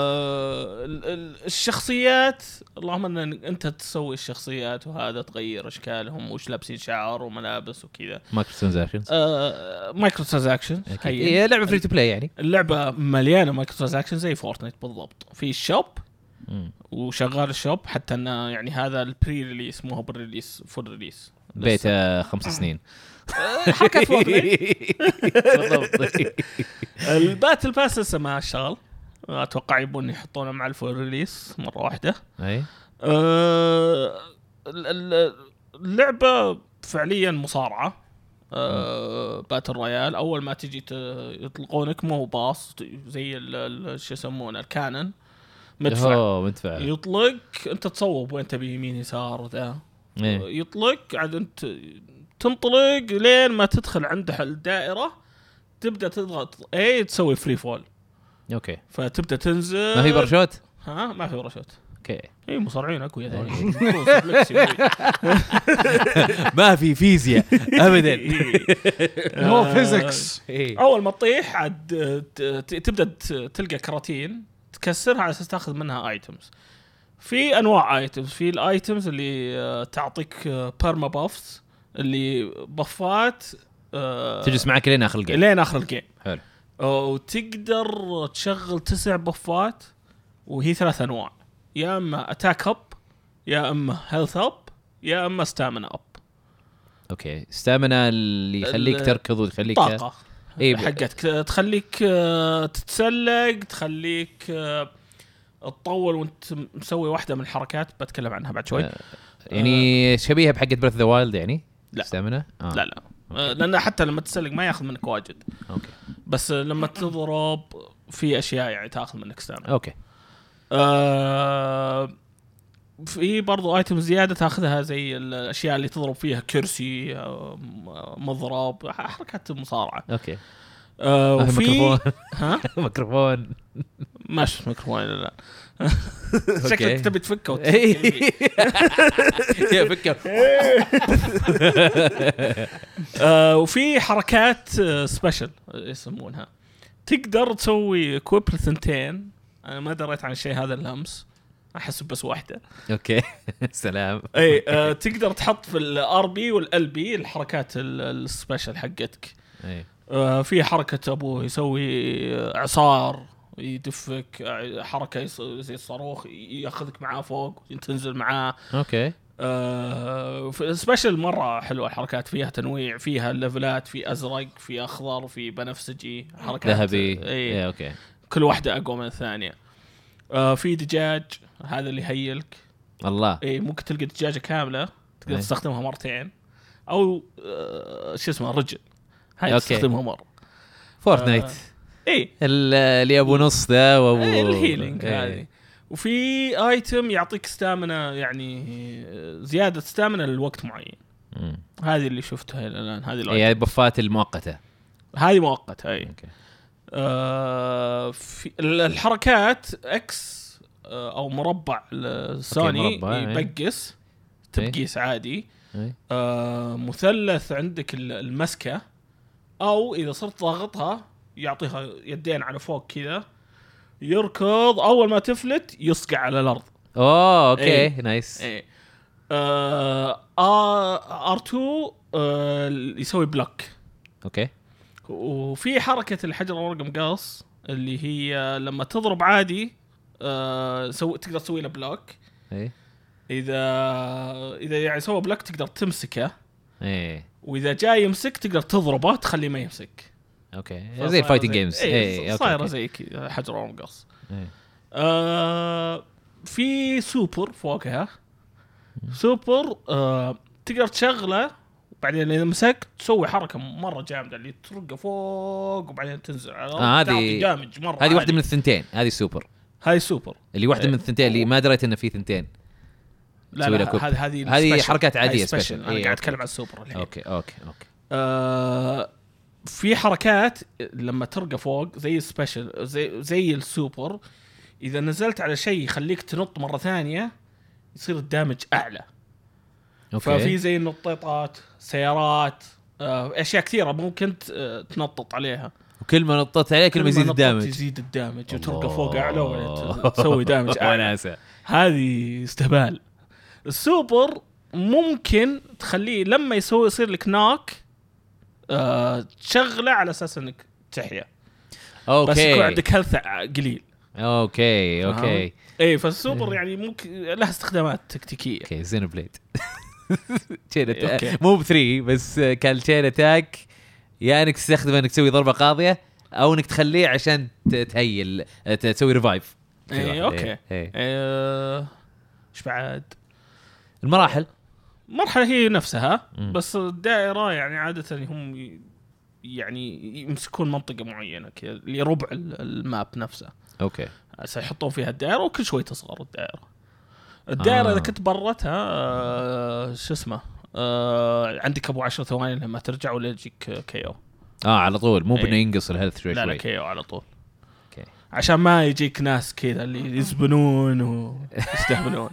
الشخصيات اللهم ان انت تسوي الشخصيات وهذا تغير اشكالهم وش لابسين شعر وملابس وكذا. مايكرو ترانزاكشنز هي لعبه فري تو بلاي يعني. اللعبه مليانه مايكرو ترانزاكشنز زي فورتنايت بالضبط. في الشوب وشغال الشوب حتى انه يعني هذا البري ريليس مو هو بالريليس فول ريليس بيتا 5 سنين. حركة فورتنايت بالضبط. الباتل باس لسه ما اشتغل. اتوقع يبون يحطونه مع الفول ريليس مره واحده. اي اللعبه فعليا مصارعه. باتل رويال. اول ما تجي يطلقونك مو باص زي شو يسمونه الكانن مدفع يطلق انت تصوب وين تبي يمين يسار وذا. يطلق عاد انت تنطلق لين ما تدخل عند الدائره تبدا تضغط تسوي فري فول. اوكي فتبدا تنزل. ما في برشوت. ما في برشوت. اوكي مصارعين اقوياء ذول. ما في فيزياء ابدا. نو فيزكس. اول ما تطيح عاد تبدا تلقى كراتين تكسرها على اساس تاخذ منها ايتمز. في انواع ايتمز. في الايتمز اللي تعطيك بيرما بافز اللي بفات تجلس معك لين اخر الجيم. حلو. وتقدر تشغل 9 بفات وهي 3 انواع. يا اما اتاك اب يا اما هيلث اب يا اما ستامنا اب. اوكي ستامنا اللي يخليك تركض ويخليك طاقه حقتك تخليك تتسلق تخليك تطول وانت مسوي واحده من الحركات بتكلم عنها بعد شوي. يعني شبيهه بحقه بريث ذا وايلد يعني. لا ستامنا لا لان حتى لما تتسلق ما ياخذ منك واجد. اوكي بس لما تضرب في اشياء يعني تاخذ منك ستامنا. اوكي. في برضو ايتم زياده تاخذها زي الاشياء اللي تضرب فيها كرسي مضرب حركات مصارعه. اوكي. وفي ميكروفون ها ميكروفون ماشي ميكروفون لا أوكي. شكلك تبي تفكه يا فكر. وفي حركات سبيشل يسمونها، تقدر تسوي كويب لثنتين. انا ما دريت عن الشيء هذا الامس، احسب بس واحده. اوكي سلام. اي تقدر تحط في الار بي والال بي الحركات السبيشل حقتك. اي في حركه ابوه يسوي اعصار يدفك، حركه زي الصاروخ ياخذك معاه فوق تنزل معاه. اوكي سبيشل مره حلوه الحركات، فيها تنويع، فيها الليفلات، في ازرق، في اخضر، في بنفسجي، حركات ذهبي. اي اوكي كل واحده اقوى من الثانيه. في دجاج هذا اللي هيلك، الله. اي ممكن تلقى دجاجه كامله تقدر أي. تستخدمها مرتين، او شو اسمه رجل هاي أوكي. تستخدمها مره. فورتنايت اي اللي ابو نص ذا وابو الهيلينج إيه. هذه. وفي ايتم يعطيك ستامنا، يعني زياده ستامنا للوقت معين. مم. هذه اللي شفتها الى الان، هذه اي الايتم هذه بفات المؤقته. هذه مؤقته. اي اوكي في الحركات اكس او مربع السوني مربع، إيه. يبقس تبقيس عادي. إيه. مثلث عندك المسكه، او اذا صرت ضاغطها يعطيها يدين على فوق كذا، يركض اول ما تفلت يصقع على الارض. اوكي إيه. نايس. ايه R2 يسوي بلوك. اوكي وفي حركة الحجر ورق مقص اللي هي لما تضرب عادي تقدر تسوي له بلوك. اي إذا يعني سوى بلوك تقدر تمسكه، ايه وإذا جاي يمسك تقدر تضربه تخليه ما يمسك. اوكي زي الفايتنج جيمز. اي صايرة أوكي. زي كذا حجر ورق مقص. إيه. في سوبر فوقها، سوبر تقدر تشغله، وبعدين اذا مسكت تسوي حركه مره جامده اللي ترقى فوق وبعدين تنزل على الارض. هذه دامج مره. هذه واحده من الثنتين، هذه السوبر. هاي سوبر اللي واحده إيه. من الثنتين اللي ما دريت انه في ثنتين. لا تسوي لا له كوب. هذه حركات عاديه سبيشل. سبيشل. انا قاعد اتكلم عن السوبر الحين. اوكي في حركات لما ترقى فوق زي السبيشل زي السوبر، اذا نزلت على شيء يخليك تنط مره ثانيه يصير الدامج اعلى. ففي زي النطيطات، سيارات، اشياء كثيره ممكن تنطط عليها، وكل ما نطت عليه كل ما يزيد الدامج. يزيد الدامج وترقى فوق اعلى وتسوي دامج اعلى. وناسه. هذه استهبال. السوبر ممكن تخليه لما يصير لك ناك تشغله على اساس انك تحيا. اوكي بس يكون عندك هيلث قليل. اوكي اي فالسوبر يعني ممكن له استخدامات تكتيكيه. اوكي زين بليد. تشين أوكي. مو ب3 بس كان تشين اتاك، يا انك تستخدم انك تسوي ضربه قاضيه او انك تخليه عشان تهيل تسوي ريفايف. اي اوكي. إيه. ايش بعد؟ المراحل مرحله هي نفسها مم. بس الدائره يعني عاده هم يعني يمسكون منطقه معينه كذا اللي ربع الماب نفسه. اوكي سيحطون فيها الدائره وكل شوي تصغر الدائره اذا كنت برتها شو اسمه عندك ابو 10 ثواني لما ترجع ولا يجيك كيو. على طول مو إيه. بانه ينقص الهيلث شوي لا شوي. كيو على طول. اوكي عشان ما يجيك ناس كذا اللي يزبنون ويستهبلون.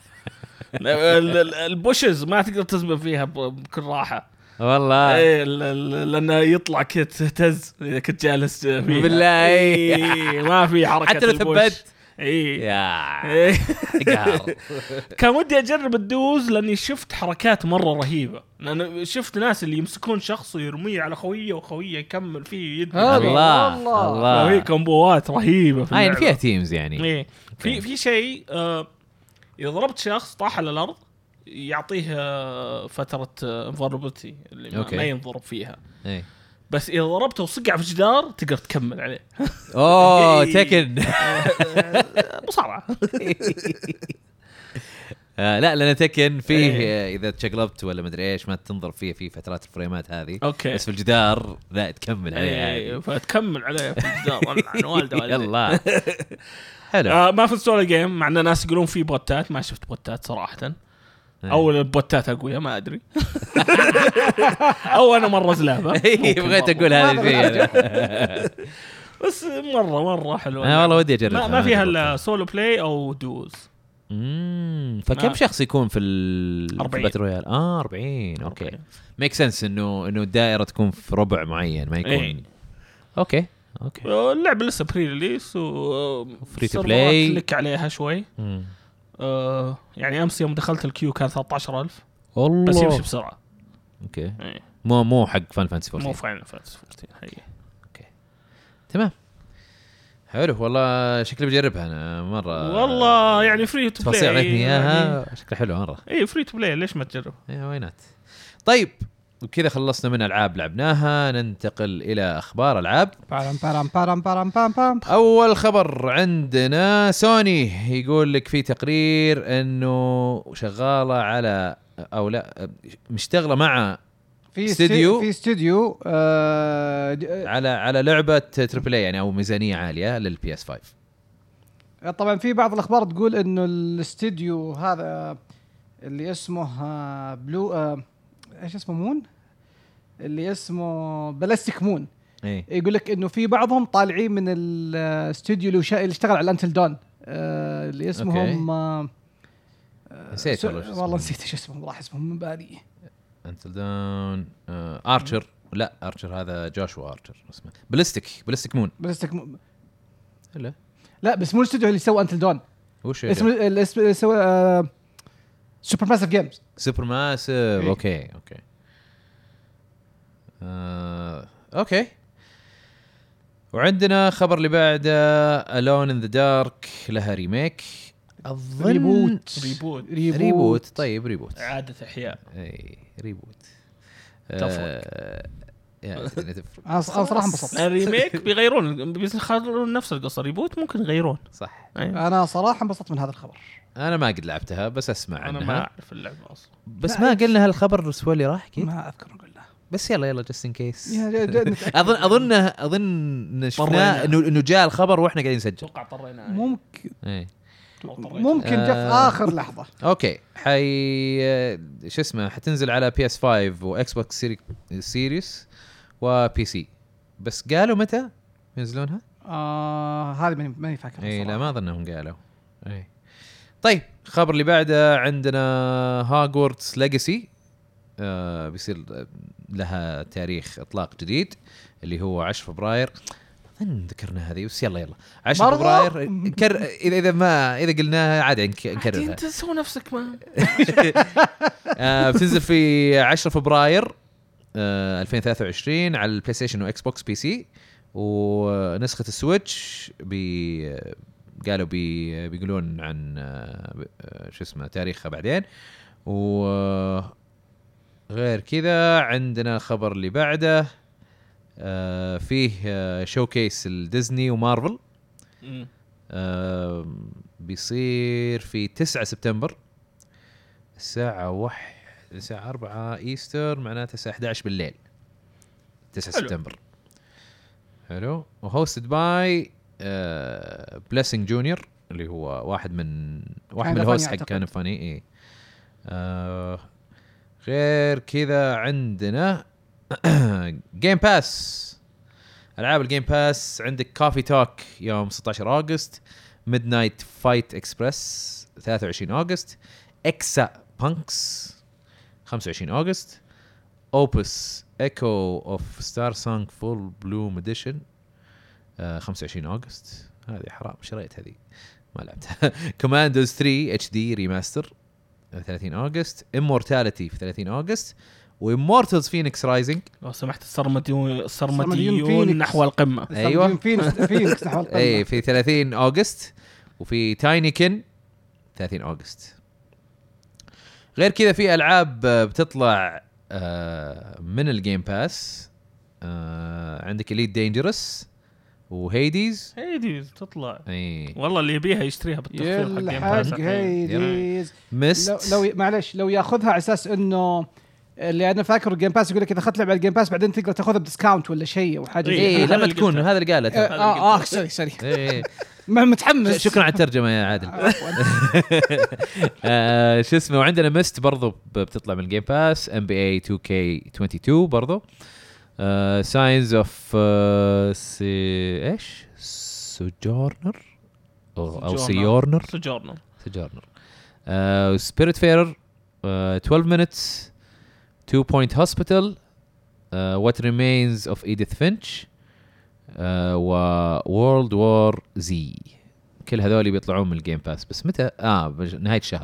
البوشز ما تقدر تزبن فيها بكل راحه والله. ايه لانه يطلع كذا تهتز اذا كنت جالس فيها. بالله إيه ما في حركه حتى لو البوش. ثبت. ايه يا إيه. قهر. كان ودي اجرب الدوز لاني شفت حركات مره رهيبه، لان شفت ناس اللي يمسكون شخص ويرميه على خويه وخويه يكمل فيه يد. هذا الله والله. الله. فهي كومبوات رهيبه في يعني اللعبة. فيها تيمز يعني. ايه في شيء اذا ضربت شخص طاح على الارض يعطيه فتره انفولبيلتي اللي ما ينضرب فيها. ايه بس اذا ضربته وصقع في جدار تقدر تكمل عليه. اوه تكن. مصارعه. لا لان تكن فيه اذا تشقلبت ولا مدري ايش ما تنضرب فيه في فترات الفريمات هذه. اوكي بس في الجدار لا تكمل عليه. فتكمل عليه في الجدار. عن والده يلا حلو. ما في ستوري جيم، مع ان ناس يقولون في بوتات، ما شفت بوتات صراحه. او البوتات اقوياء ما ادري او انا مره زلابه بغيت اقول هذا الشيء بس مره حلوه. انا والله ودي اجربها. ما فيها الا سولو بلاي او دوز. فكم شخص يكون في 40 الباتل رويال؟ 40. اوكي ميك سنس انه الدائره تكون في ربع معين ما يكون اوكي. اللعبه لسه بري ريليس فري تو بلاي لك عليها شوي. يعني امس يوم دخلت الكيو كان 13,000 والله بس يمشي بسرعه. اوكي مو حق فان فانتسي 14. مو فاينل فانتسي 14 هي. اوكي تمام حلو والله شكلي بجربها انا مره والله يعني فري تو بلاي. تفاصيل عطيتني اياها شكلها حلو مره. اي فري تو بلاي ليش ما تجرب؟ وينات. طيب وكذا خلصنا من العاب لعبناها ننتقل الى اخبار العاب. اول خبر عندنا سوني يقول لك في تقرير انه شغاله على او لا مشتغله مع في استوديو على لعبه تريبل اي يعني او ميزانيه عاليه للبي اس 5. طبعا في بعض الاخبار تقول انه الاستوديو هذا اللي اسمه بلو ايش اسمه مون اللي اسمه بلاستيك مون يقول لك انه في بعضهم طالعين من الاستوديو اللي اشتغل على انتل دون اللي اسمهم نسيت والله نسيت ايش اسمهم راح اسمهم من بالي. انتل دون ارشر لا ارشر هذا جوشوا ارشر اسمه بلاستيك مون لا بس مو الاستوديو اللي سوى انتل دون وش اسمه اللي سوى سوبر ماسيف جيمز. سوبر ماسيف اوكي. وعندنا خبر اللي بعده الون ان ذا دارك لها ريميك اظن ريبوت. طيب ريبوت اعاده احياء. اي ريبوت تفرق. انا صراحه انبسطت. الريميك بيغيرون بيخلون نفس القصه. ريبوت ممكن يغيرون صح. انا صراحه انبسطت من هذا الخبر. انا ما قد لعبتها بس اسمع عنها. انا ما اعرف اللعبه اصلا بس ما قلنا هالخبر الاسبوع اللي راح كذا ما اذكر قلنا بس يلا جست ان كيس. اظن شفنا انه جاء الخبر واحنا قاعدين نسجل. اتوقع طرينا ممكن جاء في اخر لحظه. اوكي شو اسمه حتنزل على بي اس 5 واكس بوكس سيريس وبي سي بس قالوا متى ينزلونها؟ هذه ماني فاكر. لا ما اظنهم قالوا. طيب خبر اللي بعده عندنا هاغورتس ليجاسي بيصير لها تاريخ اطلاق جديد اللي هو 10 فبراير. ذكرنا هذه بس يلا 10 فبراير اذا قلناها عادي نكررها. انت سوي نفسك ما بتنزل في 10 فبراير 2023 على البلاي ستيشن واكس بوكس بي سي ونسخة السويتش قالوا بيقولون عن شو اسمه تاريخها بعدين. وغير كذا عندنا الخبر اللي بعده فيه شوكيس الديزني ومارفل بيصير في 9 سبتمبر الساعة 4 إيستر معناته الساعة 11 بالليل 9 سبتمبر. حلو. وهوستد باي بليسنج جونيور اللي هو واحد من الهوست حق كان فاني. غير كذا عندنا جيم باس العاب الجيم باس. عندك كافي توك يوم 16 أغسطس ميد نايت فايت اكسبرس 23 أغسطس اكسا بانكس 25 أغسطس اوبس ايكو اوف ستار سونج فول بلوم اديشن 25 أغسطس. هذه حرام شريت هذه ما لعبتها. كوماندوز 3 اتش دي ريماستر 30 أغسطس. امورتاليتي في 30 أغسطس. وإمورتالز فينيكس رايزنج لو سمحت السرمديون نحو القمة. أيوة فينيكس نحو القمة. أي في 30 أغسطس. وفي تاينيكن 30 أغسطس. غير كذا في ألعاب بتطلع من الجيم باس. عندك إليت دينجرس وهيديز تطلع. أي والله اللي يبيها يشتريها بالتخفيض حق جيم باس. هيديز مست لو معلش لو ياخذها على اساس انه اللي انا فاكر الجيم باس يقول لك اذا اخذت لعبه الجيم باس بعدين تقدر تاخذها بديسكاونت ولا شيء او حاجه. لما تكون هذا اللي قالته. سوري. ما متحمس. شكرا على الترجمه يا عادل. شو اسمه. وعندنا مست برضو بتطلع من الجيم باس. NBA 2K22 برضو. ساينز اوف ايش سوجورنر او سيورنر سبيريت فيرر 12 minutes 2 point hospital what remains of Edith Finch و World War Z. كل هذول بيطلعون من الجيم باس بس متى نهاية الشهر.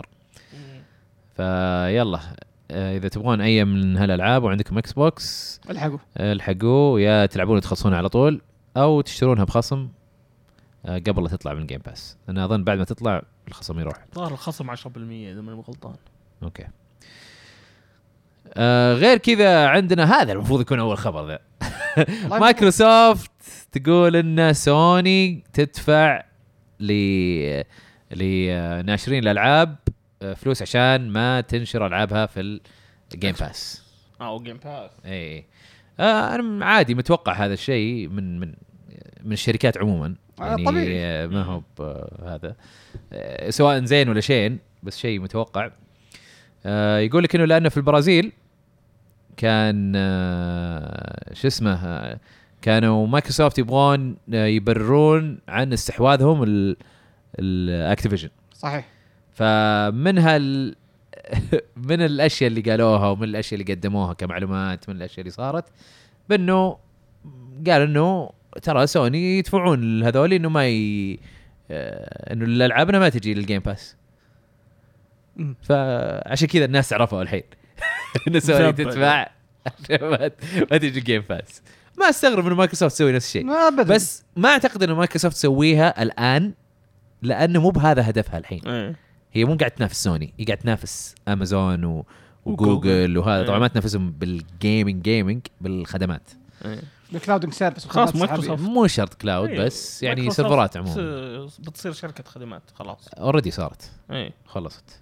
فيلا اذا تبغون اي من هالالعاب وعندكم اكس بوكس الحقوا يا تلعبون تخلصونها على طول او تشترونها بخصم قبل لا تطلع من الجيم باس. انا اظن بعد ما تطلع الخصم يروح. ظهر الخصم 10% اذا ماني غلطان. اوكي. غير كذا عندنا هذا المفروض يكون اول خبر ذا. مايكروسوفت تقول ان سوني تدفع لناشرين الالعاب فلوس عشان ما تنشر العابها في الجيم باس. جيم باس. اي انا عادي متوقع هذا الشيء من الشركات عموما يعني طبيعي. ما هو هذا سواء زين ولا شين بس شيء متوقع. يقول لك انه لانه في البرازيل كان شو اسمه كانوا مايكروسوفت يبغون يبررون عن استحواذهم الاكتيفيجن. صحيح. فمنها من الاشياء اللي قالوها ومن الاشياء اللي قدموها كمعلومات من الاشياء اللي صارت بانه قال انه ترى سوني يدفعون هذول انه ما انه الالعابنا ما تجي للجيم باس. فعشان كذا الناس عرفوا الحين انه سوني تدفع ما تجي الجيم باس. ما استغرب انه مايكروسوفت تسوي نفس الشيء بس ما اعتقد انه مايكروسوفت تسويها الان لانه مو بهذا هدفها الحين. هي مو قاعد تنافس سوني هي قاعد تنافس امازون وجوجل وهذا. طبعا ما تنافسهم بالجيمنج بالخدمات الكلاودنج سيرفيس. خلاص مايكروسوفت مو شرط كلاود بس يعني سيرفرات عموما بتصير شركة خدمات خلاص اوريدي صارت خلصت.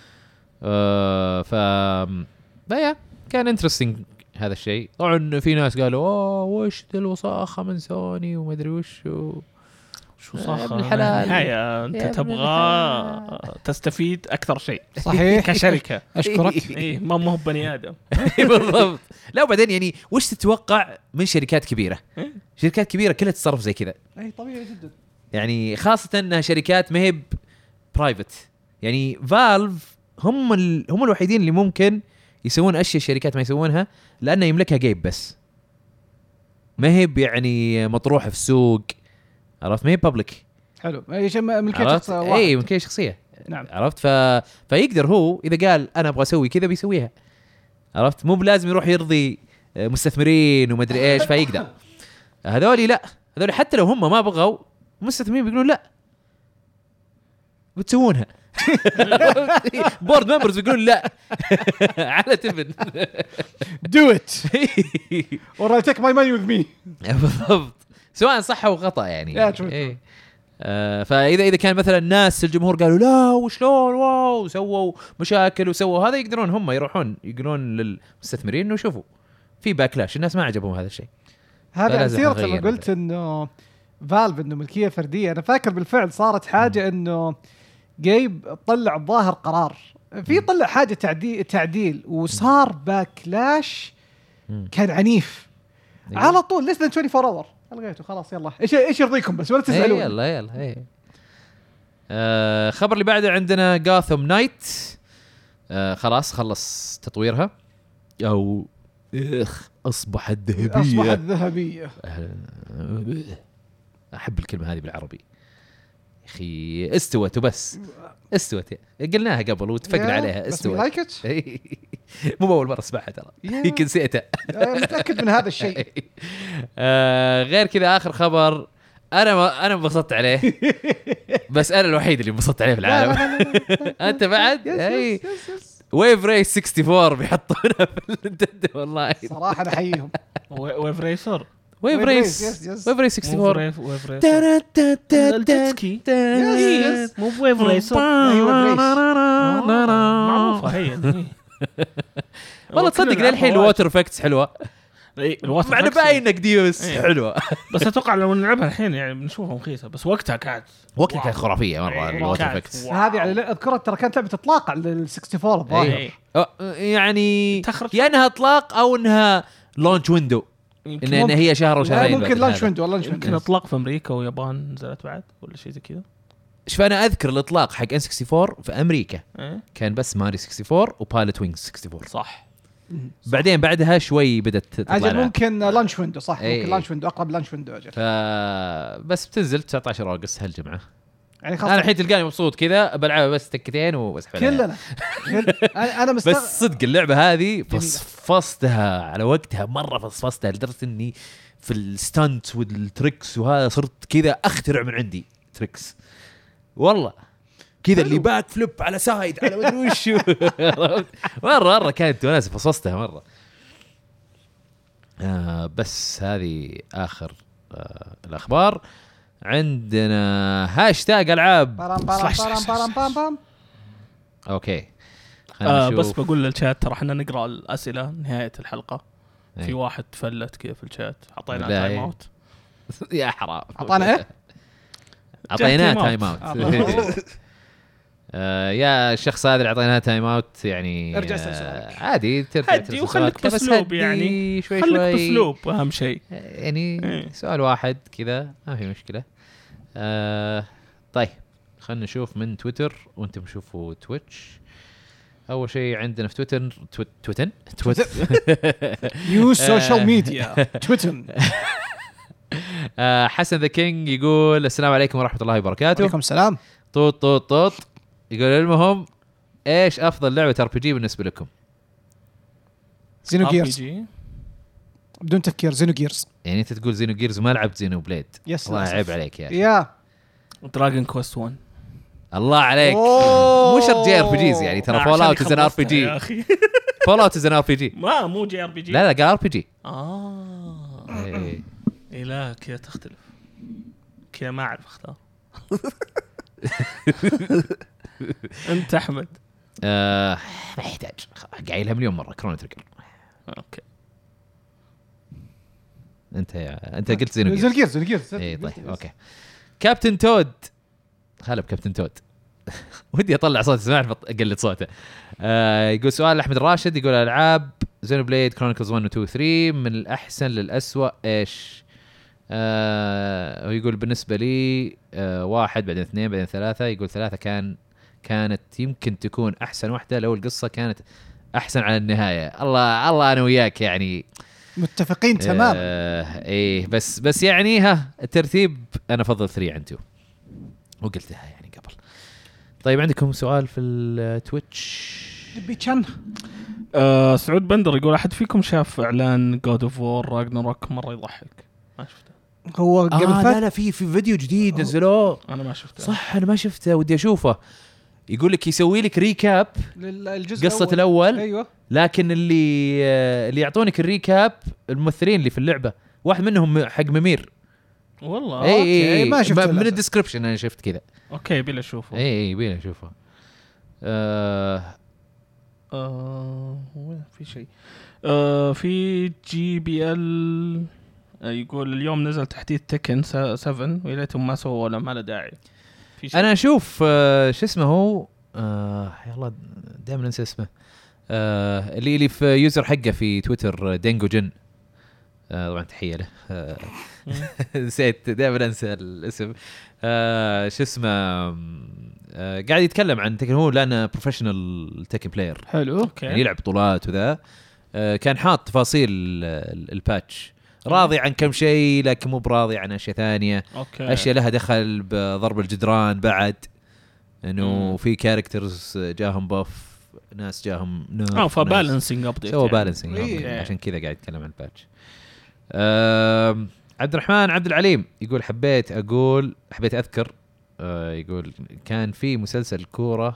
فيا كان انترستينج هذا الشيء. طبعا في ناس قالوا وش ذي الوساخة من سوني وما ادري وش صاخة الحلال. انت تبغى تستفيد اكثر شيء صحيح كشركة. اشكرك. ما هو بني ادم. بالضبط. لا وبعدين يعني وش تتوقع من شركات كبيرة؟ شركات كبيرة كلها تتصرف زي كذا. اي طبيعي جدا يعني خاصة انها شركات ما هي برايفت. يعني فالف هم الوحيدين اللي ممكن يسوون اشياء الشركات ما يسوونها لانه يملكها جيب بس ما هي يعني مطروحة في السوق. عرفت ما هي بابليك. حلو اي شيء ملكيه شخصيه واحد. اي ملكيه شخصيه. نعم. عرفت فيقدر هو اذا قال انا ابغى اسوي كذا بيسويها. عرفت مو بلازم يروح يرضي مستثمرين وما ادري ايش فيقدر. هذول لا هذول حتى لو هم ما بغوا مستثمرين بيقولون لا بتسوونها. بورد ممبرز بيقولون لا على تبن دو ات اور اي تيك ماي ماني وذ مي. بالضبط سواء صح او خطا يعني. إيه. فاذا كان مثلا الناس الجمهور قالوا لا وشلون واو سووا مشاكل وسووا هذا يقدرون هم يروحون يقولون للمستثمرين انه شوفوا في باكلاش الناس ما عجبهم هذا الشيء. هذا سيرت لما قلت انه فالف انه ملكيه فرديه. انا فاكر بالفعل صارت حاجه انه جيب طلع الظاهر قرار في طلع حاجه تعديل وصار باكلاش كان عنيف على طول less than 24 اور لقيته خلاص. يلا ايش يرضيكم بس ولا تسالون. يلا خبر اللي بعده عندنا جاثم نايت. خلاص خلص تطويرها او اصبحت ذهبيه. احب الكلمه هذه بالعربي اخي. استوت وبس استوت قلناها قبل وتفقنا عليها استوت. مو اول مره اسمعها ترى يمكن نسيتها. متاكد من هذا الشيء. غير كذا اخر خبر انا انبسطت عليه بس انا الوحيد اللي انبسطت عليه في العالم. انت بعد اي ويف ريس 64 بيحطونها في النينتندو والله صراحه انا احييهم. ويف ريسر ويف ريس 64 ويف مو ويف ريسر معروفه هي. والله تصدق للحين الووتر افكتس حلوه الواتر معنى فاكس باينك ديوس إيه. حلوه. بس اتوقع لو نلعبها الحين يعني بنشوفها رخيصه، بس وقتها كانت كانت خرافيه مره إيه. الواتر كانت فاكس. هذه يعني اذكرها ترى كانت لعبه اطلاق على ال 64 الظاهر. إيه. يعني تخرج يا انها اطلاق او انها لونش ويندو، يمكن ان هي شهر وشهرين. ممكن لانش ويندو ولا لانش يمكن ويندو. اطلاق في امريكا ويابان نزلت بعد ولا شيء زي كذا. ايش فانا اذكر الاطلاق حق N64 في امريكا إيه؟ كان بس ماري 64 وبايلوت وينجز 64. صح. بعدين بعدها شوي بدت تطلع اجل لها. ممكن لانش ويندو صح. إيه. ممكن لانش ويندو اقرب لانش ويندو اجل. بس بتنزل 19 اوغست هالجمعه. يعني انا الحين تلقاني مبسوط كذا بلعبها بس تكتين وبسحب عليها. كلنا انا بس صدق اللعبه هذه فصفتها على وقتها مره، فصفتها لدرجه اني في الستانت والتريكس وهذا صرت كذا اخترع من عندي تريكس والله كذا اللي باك فليب على سايد على مدري وش. مره كانت وناس فصفتها مره. بس هذه اخر الاخبار. عندنا هاشتاج العاب بام. اوكي بس بقول للشات ترى احنا نقرا الاسئله نهايه الحلقه. في واحد فلت كذا في الشات اعطينا تايم اوت. يا حرام اعطانا ايه؟ اعطيناه تايم اوت. يا الشخص هذا اللي اعطيناه تايم اوت يعني ارجع اسال سؤالك عادي ترجع هدي وخليك باسلوب يعني شوي خليك شوي باسلوب اهم شيء يعني سؤال واحد كذا ما في مشكله. طيب خلينا نشوف من تويتر وانتم شوفوا تويتش. اول شيء عندنا في تويتر يو سوشيال ميديا تويتر. حسن ذا كينج يقول السلام عليكم ورحمه الله وبركاته. وعليكم السلام. طوط يقول المهم ايش افضل لعبه ار بي جي بالنسبه لكم؟ زينو جيرز بدون تفكير. زينو جيرز. يعني انت تقول زينو جيرز وما لعبت زينو بليد؟ الله عيب عليك يا اخي. يا دراجون كويست 1. الله عليك. مو شرط جي ار بي جيز يعني ترى فول اوت از ان ار بي جي. فول اوت از ان ار بي جي. ما مو جي ار بي جي. لا قال ار بي جي. ايه لا كذا تختلف كذا ما اعرف اختار. انت احمد. ما يحتاج قايلها مليون مره كرونو تريجر. اوكي انت قلت زينو جيرز. اي طيب اوكي. كابتن تود خالب كابتن تود. ودي اطلع صوت سمعت اقلد صوته. يقول سؤال احمد الراشد يقول العاب زينو بليد كرونيكلز 1 و 2 و 3 من الاحسن للاسوأ ايش؟ ويقول بالنسبه لي 1 بعدين 2 بعدين 3. يقول 3 كانت يمكن تكون احسن واحده لو القصه كانت احسن على النهايه. الله انا وياك يعني متفقين تمام. ايه بس يعني الترتيب انا افضل 3 عن 2 وقلتها يعني قبل. طيب عندكم سؤال في التويتش؟ نبي كان سعود بندر يقول احد فيكم شاف اعلان جود اوف وور راجناروك؟ مره يضحك. ما شفته هو قبل لا في فيديو جديد نزلوه. انا ما شفته. صح انا ما شفته ودي اشوفه. يقول لك يسوي لك ريكاب للجزء قصة الأول. ايوه لكن اللي يعطونك الريكاب الممثلين اللي في اللعبة واحد منهم حق ممير والله. اي ما شفت من الديسكربشن انا شفت كذا. اوكي بيلا اشوفه. اي بينا نشوفه. وين في شيء في جي بي ال يقول اليوم نزل تحديث تكن 7 ويليتهم ما سووا ولا ما له داعي. انا اشوف شو اسمه هو يلا دائما انسى اسمه اللي في يوزر حقه في تويتر دينجو جن. طبعا تحيه له. نسيت دائما انسى الاسم. شو اسمه قاعد يتكلم عن تكن هو لانه بروفيشنال تكن بلاير حلو يعني يلعب بطولات وذا. كان حاط تفاصيل الباتش راضي عن كم شيء لكن مو براضي عن اشياء ثانيه. اشياء لها دخل بضرب الجدران بعد انه في كاركترز جاهم باف ناس جاهم فبالانسنج ابديت سوى بالانسنج عشان كذا قاعد يتكلم عن الباتش. عبد الرحمن عبد العليم يقول حبيت اذكر يقول كان في مسلسل كورة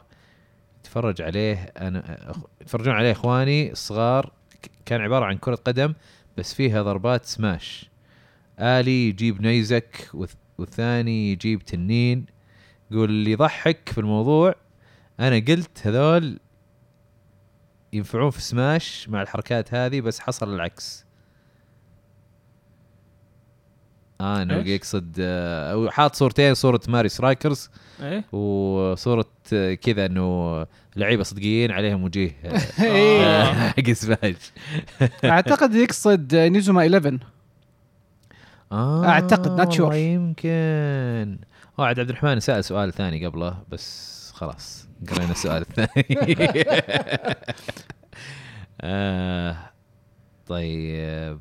يتفرجون عليه اخواني الصغار كان عبارة عن كرة قدم بس فيها ضربات سماش. آلي يجيب نيزك والثاني يجيب تنين. يقول اللي يضحك في الموضوع انا قلت هذول ينفعون في سماش مع الحركات هذه بس حصل العكس. انه يقصد حاط صورتين، صوره ماري سترايكرز ايه وصوره كذا انه لعيبه صدقيين عليهم وجيه حق سماش. اعتقد يقصد نيزوما 11. اعتقد not sure. يمكن عبد الرحمن سأل سؤال ثاني قبله بس خلاص قرينا السؤال الثاني. طيب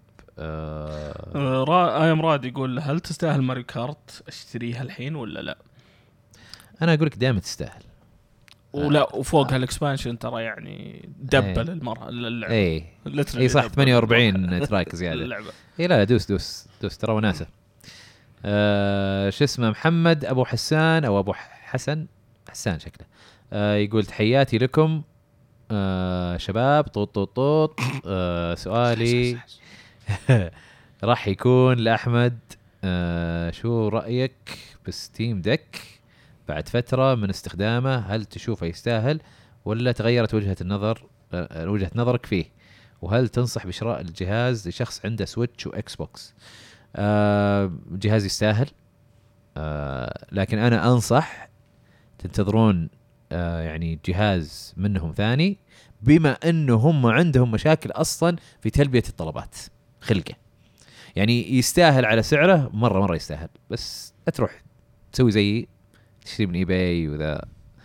ايام راد يقول هل تستاهل ماريو كارت اشتريها الحين ولا لا؟ انا اقول لك دائما تستاهل. ولا وفوق هالاكسبانشن ترى يعني دبل المره اللعبه. اي صح 48 تراك زياده اللعبه. اي لا دوس ترى وناسه. شو اسمه محمد ابو حسان او ابو حسن شكله. يقول تحياتي لكم شباب طوط. سؤالي راح يكون لأحمد. شو رأيك بستيم ديك بعد فترة من استخدامه؟ هل تشوفه يستاهل ولا تغيرت وجهة نظرك فيه؟ وهل تنصح بشراء الجهاز لشخص عنده سويتش وإكس بوكس؟ جهاز يستاهل، لكن أنا أنصح تنتظرون يعني جهاز منهم ثاني، بما أنه هم عندهم مشاكل أصلا في تلبية الطلبات خلقه. يعني يستاهل على سعره مرة يستاهل، بس أتروح تسوي زي تشتري من ايباي وذا.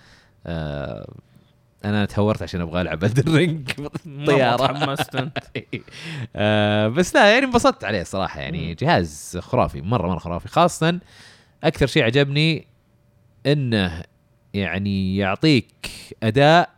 انا تهورت عشان ابغى العب الرينج طياره تحمست انت. بس لا يعني انبسطت عليه صراحه، يعني جهاز خرافي مره خرافي. خاصه اكثر شيء عجبني انه يعني يعطيك اداء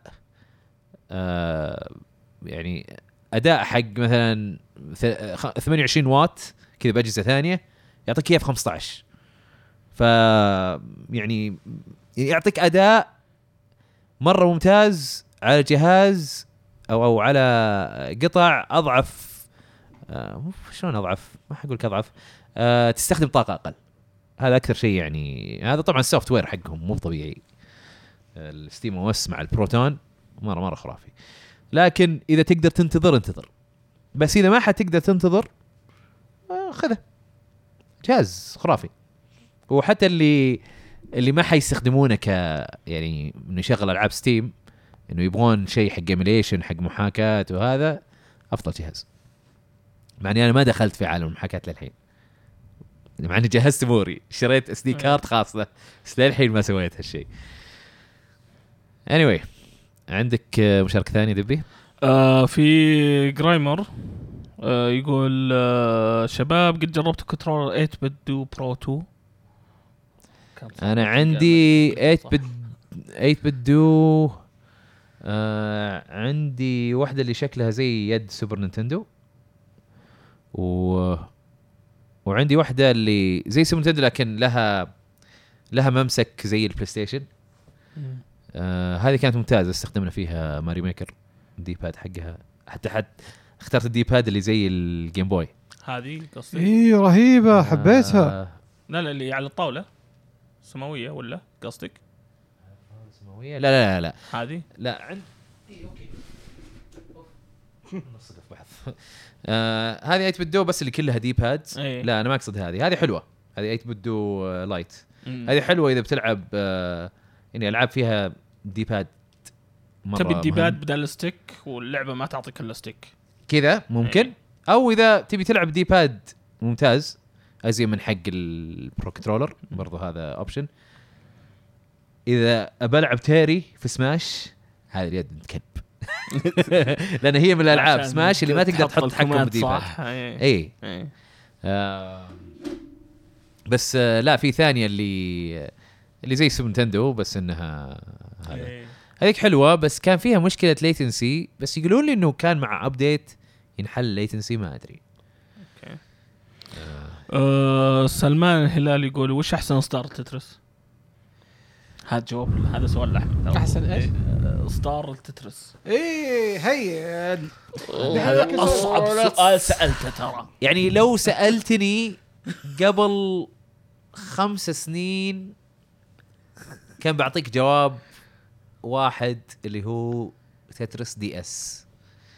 يعني اداء حق مثلا 28 واط كذا باجهزه ثانيه، يعطيك اياه في 15. ف يعني يعطيك اداء مره ممتاز على جهاز او على قطع اضعف. شلون اضعف؟ ما حقول لك اضعف، تستخدم طاقه اقل. هذا اكثر شيء يعني. هذا طبعا السوفت وير حقهم مو طبيعي، الستيم او اس مع البروتون مره خرافي. لكن اذا تقدر تنتظر، بس اذا ما حتقدر تنتظر خذه، جهاز خرافي. وحتى اللي ما حيستخدمونه ك يعني انه يشغل العاب ستيم، انه يبغون شيء حق ايميليشن حق محاكاه، وهذا افضل جهاز. مع اني انا ما دخلت في عالم المحاكاه للحين، مع اني جهزت اموري، شريت اس دي كارت خاصه، بس للحين ما سويت هالشيء. anyway عندك مشاركه ثانيه دبي؟ في جرايمر يقول شباب قد جربت كنترولر 8 بت دو برو 2. انا عندي 8 بت دو. عندي واحده اللي شكلها زي يد سوبر نينتندو، وعندي واحده اللي زي سوبر نينتندو لكن لها ممسك زي البلاي ستيشن. هذه كانت ممتازه، استخدمنا فيها ماري ميكر، الدي باد حقها حتى اخترت الدي باد اللي زي الجيم بوي. هذه قصدي ايه رهيبه حبيتها. لا اللي على الطاوله سماويه ولا قصدك سماويه؟ لا هذه لا عندي اوكي نص بحث. هذه 8 بت دو بس اللي كلها دي بادز. لا انا ما اقصد هذه حلوه، هذه 8 بت دو لايت. هذه حلوه اذا بتلعب يعني العاب فيها دي باد مره. تبي الدي باد بدل الستيك واللعبه ما تعطيك الا ستيك كذا ممكن. او اذا تبي تلعب دي باد ممتاز ازين من حق البرو كنترولر برضو هذا اوبشن. اذا بلعب تيري في سماش هذه اليد كلب لان هي من الالعاب سماش اللي ما تقدر تحط تحكم بدي باد. اي بس لا في ثانيه اللي زي سوبر نينتندو، بس انها هذيك حلوه بس كان فيها مشكله ليتنسي، بس يقولون لي انه كان مع ابديت ينحل ليتنسي، ما ادري. سلمان الهلال يقول وش احسن ستار تترس؟ هذا جواب، هذا سؤال احمد. احسن ايش؟ ستار تترس. ايه هي هذا اصعب سؤال سالته ترى. يعني لو سالتني قبل 5 سنين كان بعطيك جواب واحد اللي هو تترس دي اس،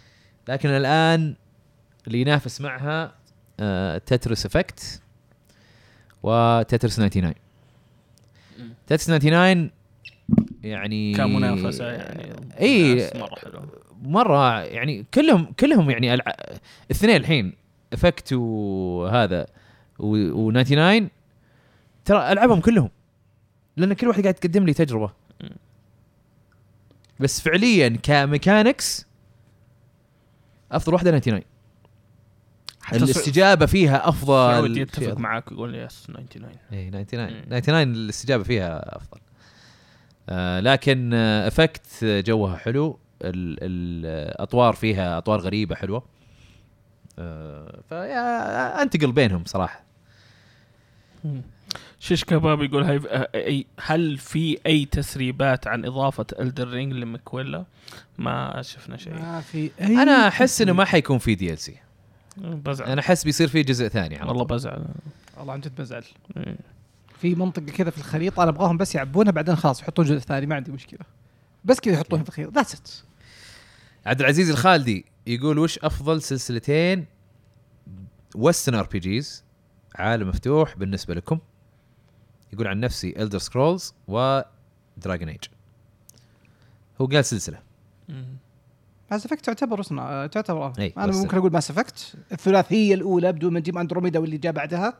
لكن الان اللي ينافس معها تترس افكت وتترس 99. تترس 99 يعني كمنافسه يعني اي مره حلو مره يعني كلهم يعني الاثنين الحين افكت وهذا و99 ترى العبهم كلهم لان كل واحد قاعد تقدم لي تجربه. بس فعليا كميكانكس افضل واحده 99. الاستجابه فيها افضل. ودي اتفق معاك يقول يس 99. اي 99 الاستجابه فيها افضل. لكن افكت جوها حلو. الاطوار فيها اطوار غريبه حلوه. فيا انتقل بينهم صراحه. شيش كباب يقول هل في اي تسريبات عن اضافه إلدر رينج لمكويلا؟ ما شفنا شيء. ما في أي انا احس انه ما حيكون في دي ال سي. بزعل انا احس بيصير في جزء ثاني. والله بزعل والله عن جد بزعل. في منطقه كذا في الخريطه انا ابغاهم بس يعبونها بعدين خلاص يحطون جزء ثاني ما عندي مشكله بس كذا يحطونها في الخير. ذاتس ات. عبد العزيز الخالدي يقول وش افضل سلسلتين ويسترن ار بي جيز عالم مفتوح بالنسبه لكم؟ يقول عن نفسي إلدر سكرولز ودراجون ايج. هو قال سلسله. ماس افكت تعتبر تعتبر أي انا ممكن اقول ماس افكت الثلاثيه الاولى بدون ما نجيب اندروميدا واللي جاء بعدها.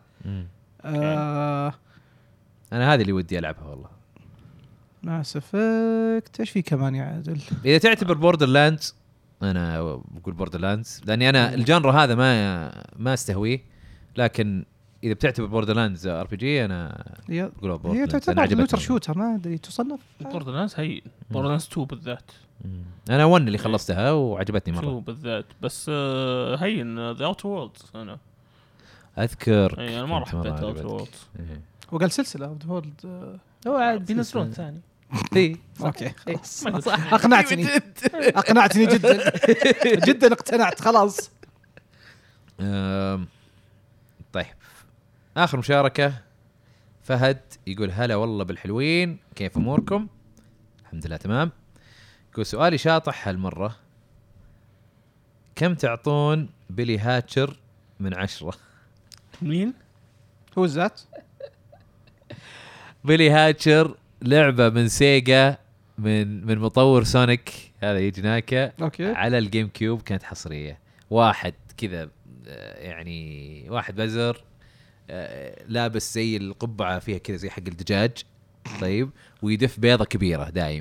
انا هذه اللي ودي العبها والله. ماس افكت ايش في كمان يا عادل؟ اذا تعتبر بوردر لاندز انا بقول بوردر لاندز لاني انا الجانرا هذا ما استهويه. لكن اذا بتعتبر بوردر لاندز ار بي جي انا بقول بوردر هي تعتبر لوتر شوتر ما ادري تصنف بوردر لاندز. هي بوردر لاندز 2 بالذات انا 1 اللي خلصتها وعجبتني مره 2 بالذات. بس هي ذا اوت وورلدز انا اذكر انا ما راح حبيت ذا اوت وورلدز. وقال سلسله اوف ذا وورلد هو عاد بينزلون ثاني. اوكي اقنعتني جدا جدا اقتنعت خلاص. طيب اخر مشاركه فهد يقول هلا والله بالحلوين كيف اموركم؟ الحمد لله تمام. يقول سؤالي شاطح هالمره كم تعطون بيلي هاتشر من 10؟ مين هو الذات؟ بيلي هاتشر لعبة من سيجا من مطور سونيك هذا يجي ناكا على الجيم كيوب كانت حصرية. واحد كذا يعني واحد بزر لابس زي القبعة فيها كذا زي حق الدجاج طيب ويدف بيضة كبيرة دايم.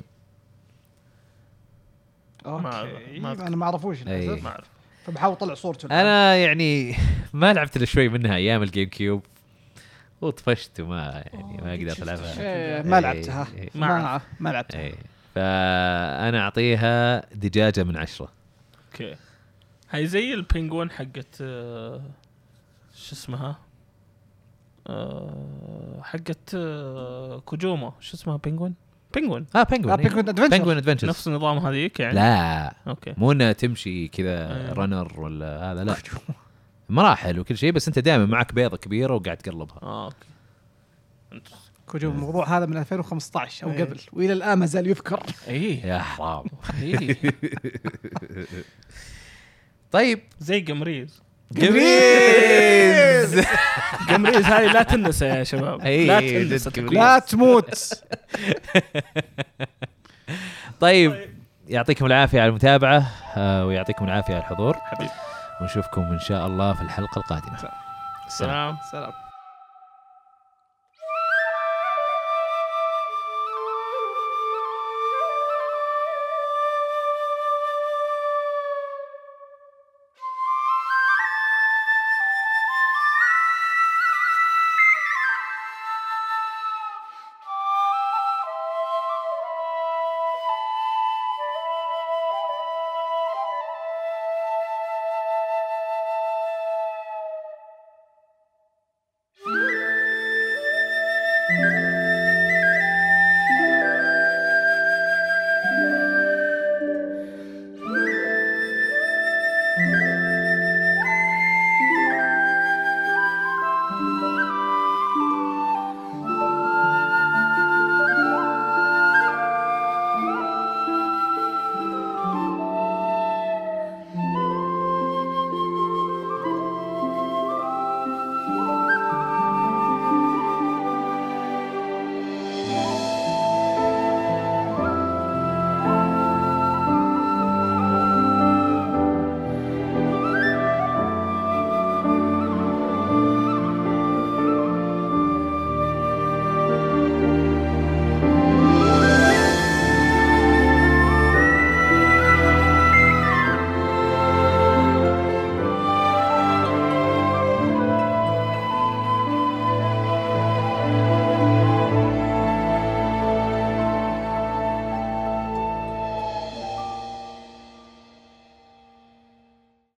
انا ما اعرفوش ما اعرف فبحاول اطلع صورته. انا يعني ما لعبت الا شوي منها ايام الجيم كيوب وطفشت وما يعني ما قدرت العبها. ما لعبتها ما لعبتها. فانا اعطيها دجاجه من 10. اوكي هاي زي البينجوين حقت شو اسمها حقت كوجوما شو اسمها بينجوين بينجوين ادفنتشر نفس النظام هذيك يعني. لا اوكي مو انها تمشي كذا رنر ولا هذا لا مراحل وكل شيء بس انت دائما معك بيضه كبيره وقاعد تقلبها. اوكي كوجوما الموضوع هذا من 2015 او قبل والى الان ما زال يذكر. يا حرام. طيب زي قمريز قمريز هاي لا تنسى يا شباب. لا تنسى لا تموت. طيب يعطيكم العافيه على المتابعه ويعطيكم العافيه على الحضور حبيبي ونشوفكم ان شاء الله في الحلقه القادمه. سلام.